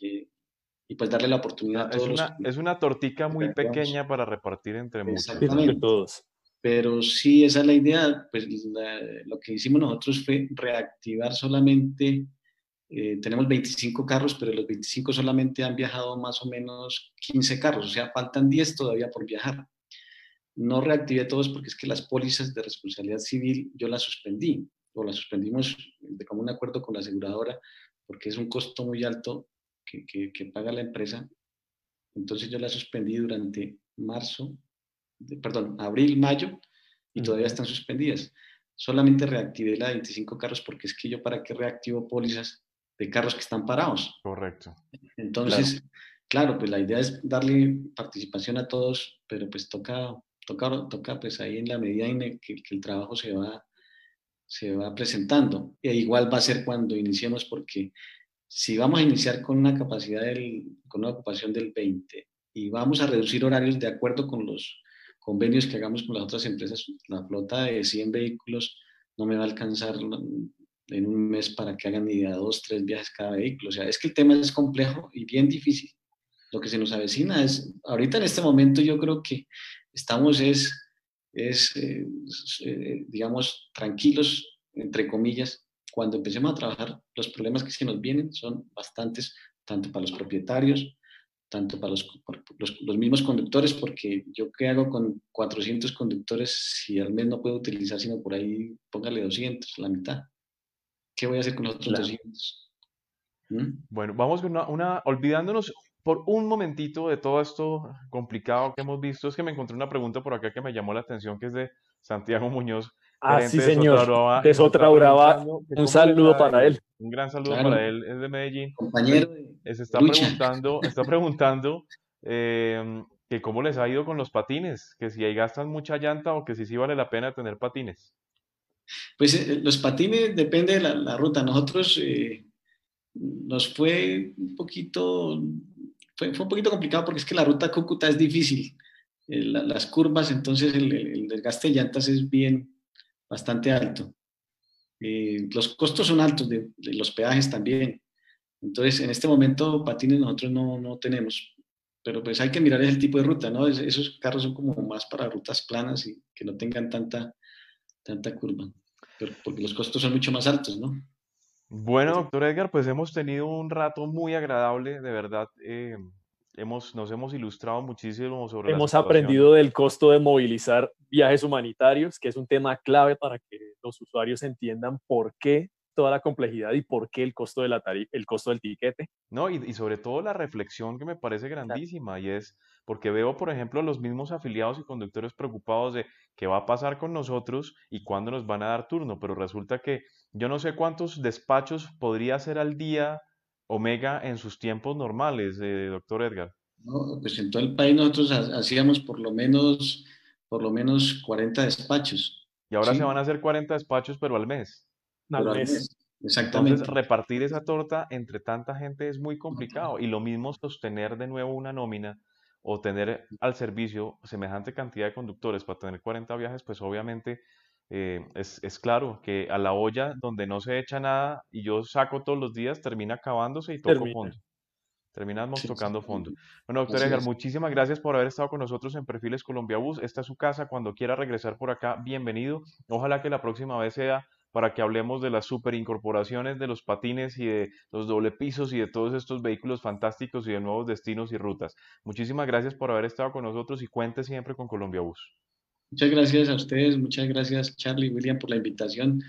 Speaker 3: y pues darle la
Speaker 1: O
Speaker 3: oportunidad
Speaker 1: sea,
Speaker 3: a todos los
Speaker 1: es una tortica muy
Speaker 3: que vamos.
Speaker 1: pequeña para repartir entre muchos, ¿no?
Speaker 2: Entre
Speaker 3: Exactamente.
Speaker 2: todos.
Speaker 3: Pero sí, esa es la idea. Pues lo que hicimos nosotros fue reactivar solamente, tenemos 25 carros, pero los 25 solamente han viajado más o menos 15 carros, o sea, faltan 10 todavía por viajar. No reactivé todos porque es que las pólizas de responsabilidad civil yo las suspendí, o las suspendimos de común acuerdo con la aseguradora, porque es un costo muy alto que paga la empresa. Entonces yo las suspendí durante abril, mayo, y todavía
Speaker 2: Ujú.
Speaker 3: están suspendidas. Solamente reactivé la de 25 carros porque es que yo para qué reactivo pólizas de carros que están parados.
Speaker 1: Correcto.
Speaker 2: Claro.
Speaker 3: Entonces, claro, pues la idea es darle participación a todos, pero pues toca pues ahí en la medida en que el trabajo se va presentando. E igual va a ser cuando iniciemos porque si vamos a iniciar con una capacidad con una ocupación del 20 y vamos a reducir horarios de acuerdo con los convenios que hagamos con las otras empresas, la flota de 100 vehículos no me va a alcanzar en un mes para que hagan ni a 2, 3 viajes cada vehículo. O sea, es que el tema es complejo y bien difícil. Lo que se nos avecina es, ahorita en este momento yo creo que estamos digamos, tranquilos, entre comillas. Cuando empecemos a trabajar, los problemas que se nos vienen son bastantes, tanto para los propietarios, tanto para los mismos conductores, porque yo qué hago con 400 conductores si al mes no puedo utilizar sino por ahí, póngale 200, la mitad. ¿Qué voy a hacer con los otros
Speaker 2: Claro.
Speaker 3: 200? ¿Mm?
Speaker 1: Bueno, vamos con olvidándonos por un momentito de todo esto complicado que hemos visto, es que me encontré una pregunta por acá que me llamó la atención, que es de Santiago Muñoz,
Speaker 2: Ah, sí,
Speaker 1: gerente de
Speaker 2: señor.
Speaker 1: Sotrabrava, y
Speaker 2: De
Speaker 1: nos está
Speaker 2: Sotra Brava,
Speaker 1: preguntando que
Speaker 2: un
Speaker 1: cómo les
Speaker 2: saludo
Speaker 1: ha
Speaker 2: para
Speaker 1: ido.
Speaker 2: él.
Speaker 1: Un gran saludo
Speaker 3: Claro,
Speaker 1: para él, es de Medellín. Pues
Speaker 3: compañero
Speaker 1: se
Speaker 3: de lucha.
Speaker 1: está preguntando que cómo les ha ido con los patines, que si ahí gastan mucha llanta o que si sí vale la pena tener patines.
Speaker 3: Pues los patines depende de la ruta. Nosotros nos fue un poquito, fue un poquito complicado porque es que la ruta Cúcuta es difícil. Las curvas, entonces el desgaste de llantas es bastante alto. Los costos son altos de los peajes también. Entonces, en este momento patines nosotros no tenemos, pero pues hay que mirar el tipo de ruta, ¿no? Esos carros son como más para rutas planas y que no tengan tanta curva, pero porque los costos son mucho más altos, ¿no?
Speaker 1: Bueno, doctor Edgar, pues hemos tenido un rato muy agradable, de verdad. Nos hemos ilustrado muchísimo sobre la
Speaker 2: Hemos
Speaker 1: situación.
Speaker 2: aprendido del costo de movilizar viajes humanitarios, que es un tema clave para que los usuarios entiendan por qué toda la complejidad y por qué el costo de el costo del tiquete.
Speaker 1: No, y sobre todo la reflexión que me parece
Speaker 2: Claro.
Speaker 1: grandísima, y es porque veo, por ejemplo, los mismos afiliados y conductores preocupados de qué va a pasar con nosotros y cuándo nos van a dar turno, pero resulta que yo no sé cuántos despachos podría hacer al día Omega en sus tiempos normales, doctor Edgar.
Speaker 3: ¿No? Pues en todo el país nosotros hacíamos por lo menos 40 despachos,
Speaker 1: Y ahora se van
Speaker 3: ¿sí?
Speaker 1: a hacer 40 despachos, pero al mes.
Speaker 2: Al
Speaker 3: Pero al
Speaker 2: mes.
Speaker 3: mes,
Speaker 1: Entonces,
Speaker 3: exactamente.
Speaker 1: repartir esa torta entre tanta gente es muy complicado. Y lo mismo sostener de nuevo una nómina o tener al servicio semejante cantidad de conductores para tener 40 viajes, pues obviamente es claro que a la olla donde no se echa nada y yo saco todos los días, termina acabándose y toco
Speaker 2: Termina.
Speaker 1: fondo. Terminamos
Speaker 3: Sí,
Speaker 1: tocando fondo.
Speaker 3: exactamente.
Speaker 1: Bueno, doctor
Speaker 3: Así
Speaker 1: Edgar,
Speaker 3: es.
Speaker 1: muchísimas gracias por haber estado con nosotros en Perfiles Colombia Bus. Esta es su casa. Cuando quiera regresar por acá, bienvenido. Ojalá que la próxima vez sea para que hablemos de las super incorporaciones de los patines y de los doble pisos y de todos estos vehículos fantásticos y de nuevos destinos y rutas. Muchísimas gracias por haber estado con nosotros y cuente siempre con Colombia Bus.
Speaker 3: Muchas gracias a ustedes, muchas gracias Charlie y William por la invitación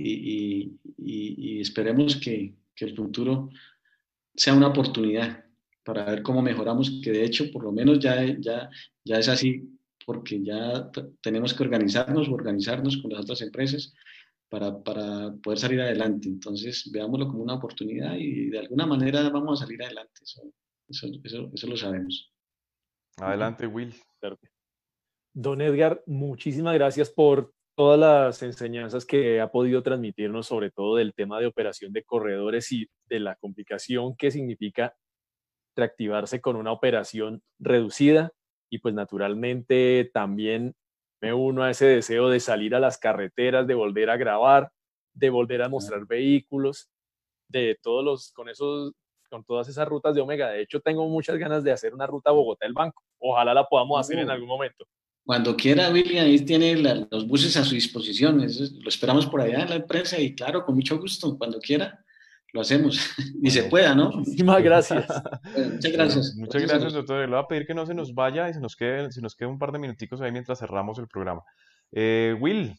Speaker 3: y esperemos que el futuro sea una oportunidad para ver cómo mejoramos, que de hecho por lo menos ya es así, porque ya tenemos que organizarnos con las otras empresas para poder salir adelante. Entonces, veámoslo como una oportunidad y de alguna manera vamos a salir adelante. Eso lo sabemos. Ujú.
Speaker 1: Adelante, Will.
Speaker 2: Claro. Don Edgar, muchísimas gracias por todas las enseñanzas que ha podido transmitirnos, sobre todo del tema de operación de corredores y de la complicación que significa reactivarse con una operación reducida. Y pues naturalmente también me uno a ese deseo de salir a las carreteras, de volver a grabar, de volver a mostrar vehículos, de todos los, con todas esas rutas de Omega. De hecho, tengo muchas ganas de hacer una ruta Bogotá-El Banco. Ojalá la podamos hacer en
Speaker 3: No,
Speaker 2: algún momento.
Speaker 3: cuando quiera, William, ahí tiene los buses a su disposición. Lo esperamos por allá en la empresa y claro, con mucho gusto, cuando quiera, lo hacemos. Ni se
Speaker 1: Bueno,
Speaker 3: pueda, ¿no?
Speaker 2: Muchísimas gracias.
Speaker 3: Bueno, muchas
Speaker 1: bueno,
Speaker 3: gracias.
Speaker 1: muchas
Speaker 3: Gracias a
Speaker 1: gracias,
Speaker 3: los.
Speaker 1: doctor. Le voy a pedir que no se nos vaya y se nos quede un par de minuticos ahí mientras cerramos el programa. Will,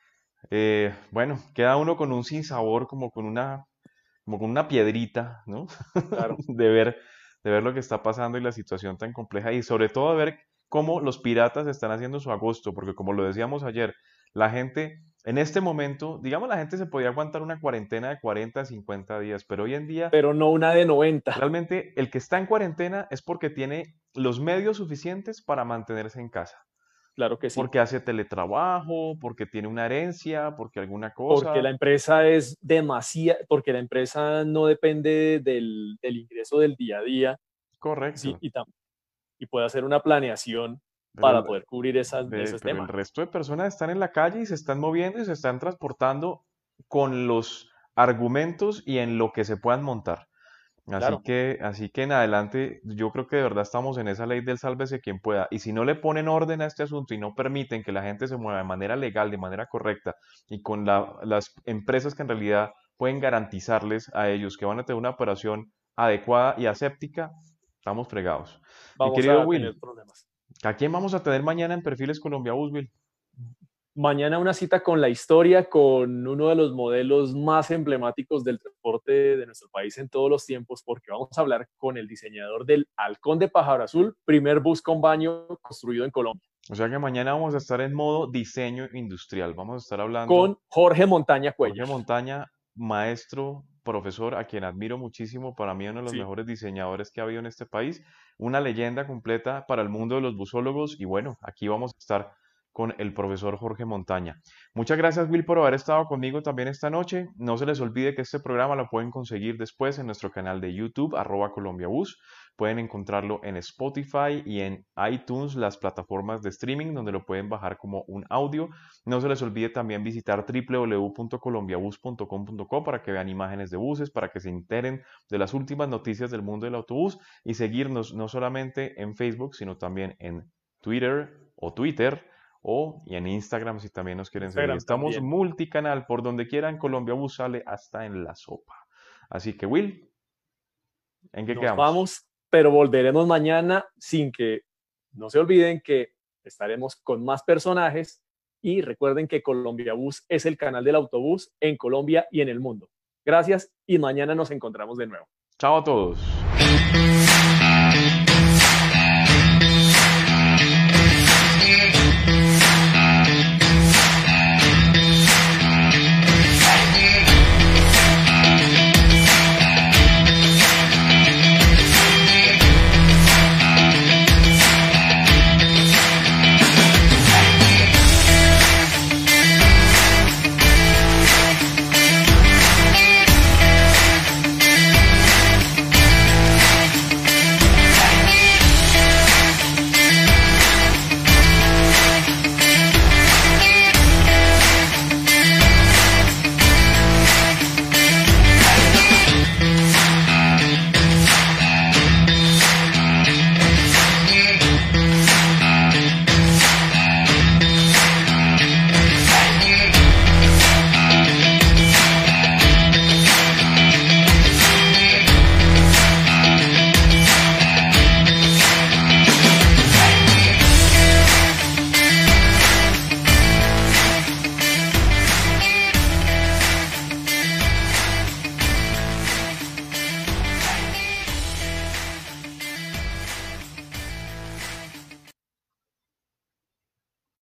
Speaker 1: bueno, queda uno con un sinsabor, como con una piedrita, ¿no?
Speaker 2: Claro.
Speaker 1: De ver, de ver lo que está pasando y la situación tan compleja y sobre todo de ver cómo los piratas están haciendo su agosto, porque como lo decíamos ayer, la gente en este momento, digamos, la gente se podía aguantar una cuarentena de 40 a 50 días, pero hoy en día
Speaker 2: Pero no una de 90.
Speaker 1: realmente el que está en cuarentena es porque tiene los medios suficientes para mantenerse en casa,
Speaker 2: Claro que sí.
Speaker 1: porque hace teletrabajo, porque tiene una herencia, porque alguna
Speaker 2: Porque
Speaker 1: cosa.
Speaker 2: la empresa es demasiado, porque la empresa no depende del ingreso del día a día, sí,
Speaker 1: Correcto.
Speaker 2: y puede hacer una planeación
Speaker 1: Pero
Speaker 2: para
Speaker 1: el,
Speaker 2: poder cubrir esos
Speaker 1: pero el
Speaker 2: temas.
Speaker 1: resto de personas están en la calle y se están moviendo y se están transportando con los argumentos y en lo que se puedan montar.
Speaker 2: Claro,
Speaker 1: Así que en adelante yo creo que de verdad estamos en esa ley del sálvese quien pueda. Y si no le ponen orden a este asunto y no permiten que la gente se mueva de manera legal, de manera correcta y con las empresas que en realidad pueden garantizarles a ellos que van a tener una operación adecuada y aséptica, estamos fregados. Mi
Speaker 2: vamos
Speaker 1: querido
Speaker 2: a
Speaker 1: Will,
Speaker 2: tener problemas.
Speaker 1: ¿a quién vamos a tener mañana en Perfiles Colombia Bus, Will?
Speaker 2: Mañana una cita con la historia, con uno de los modelos más emblemáticos del transporte de nuestro país en todos los tiempos, porque vamos a hablar con el diseñador del Halcón de Pájaro Azul, primer bus con baño construido en Colombia.
Speaker 1: O sea que mañana vamos a estar en modo diseño industrial. Vamos a estar hablando
Speaker 2: con Jorge Montaña Cuellar.
Speaker 1: Jorge Montaña, maestro, profesor, a quien admiro muchísimo, para mí uno de los
Speaker 2: Sí.
Speaker 1: mejores diseñadores que ha habido en este país, una leyenda completa para el mundo de los busólogos y bueno, aquí vamos a estar con el profesor Jorge Montaña. Muchas gracias, Will, por haber estado conmigo también esta noche. No se les olvide que este programa lo pueden conseguir después en nuestro canal de YouTube, @ColombiaBus. Pueden encontrarlo en Spotify y en iTunes, las plataformas de streaming, donde lo pueden bajar como un audio. No se les olvide también visitar www.colombiabus.com.co para que vean imágenes de buses, para que se enteren de las últimas noticias del mundo del autobús y seguirnos no solamente en Facebook, sino también en Twitter y en Instagram si también nos quieren seguir. Estamos
Speaker 2: también.
Speaker 1: multicanal, por donde quieran, Colombia Bus sale hasta en la sopa. Así que, Will, ¿en qué
Speaker 2: Nos
Speaker 1: quedamos?
Speaker 2: vamos, pero volveremos mañana sin que no se olviden que estaremos con más personajes y recuerden que Colombia Bus es el canal del autobús en Colombia y en el mundo. Gracias y mañana nos encontramos de nuevo.
Speaker 1: Chao a todos.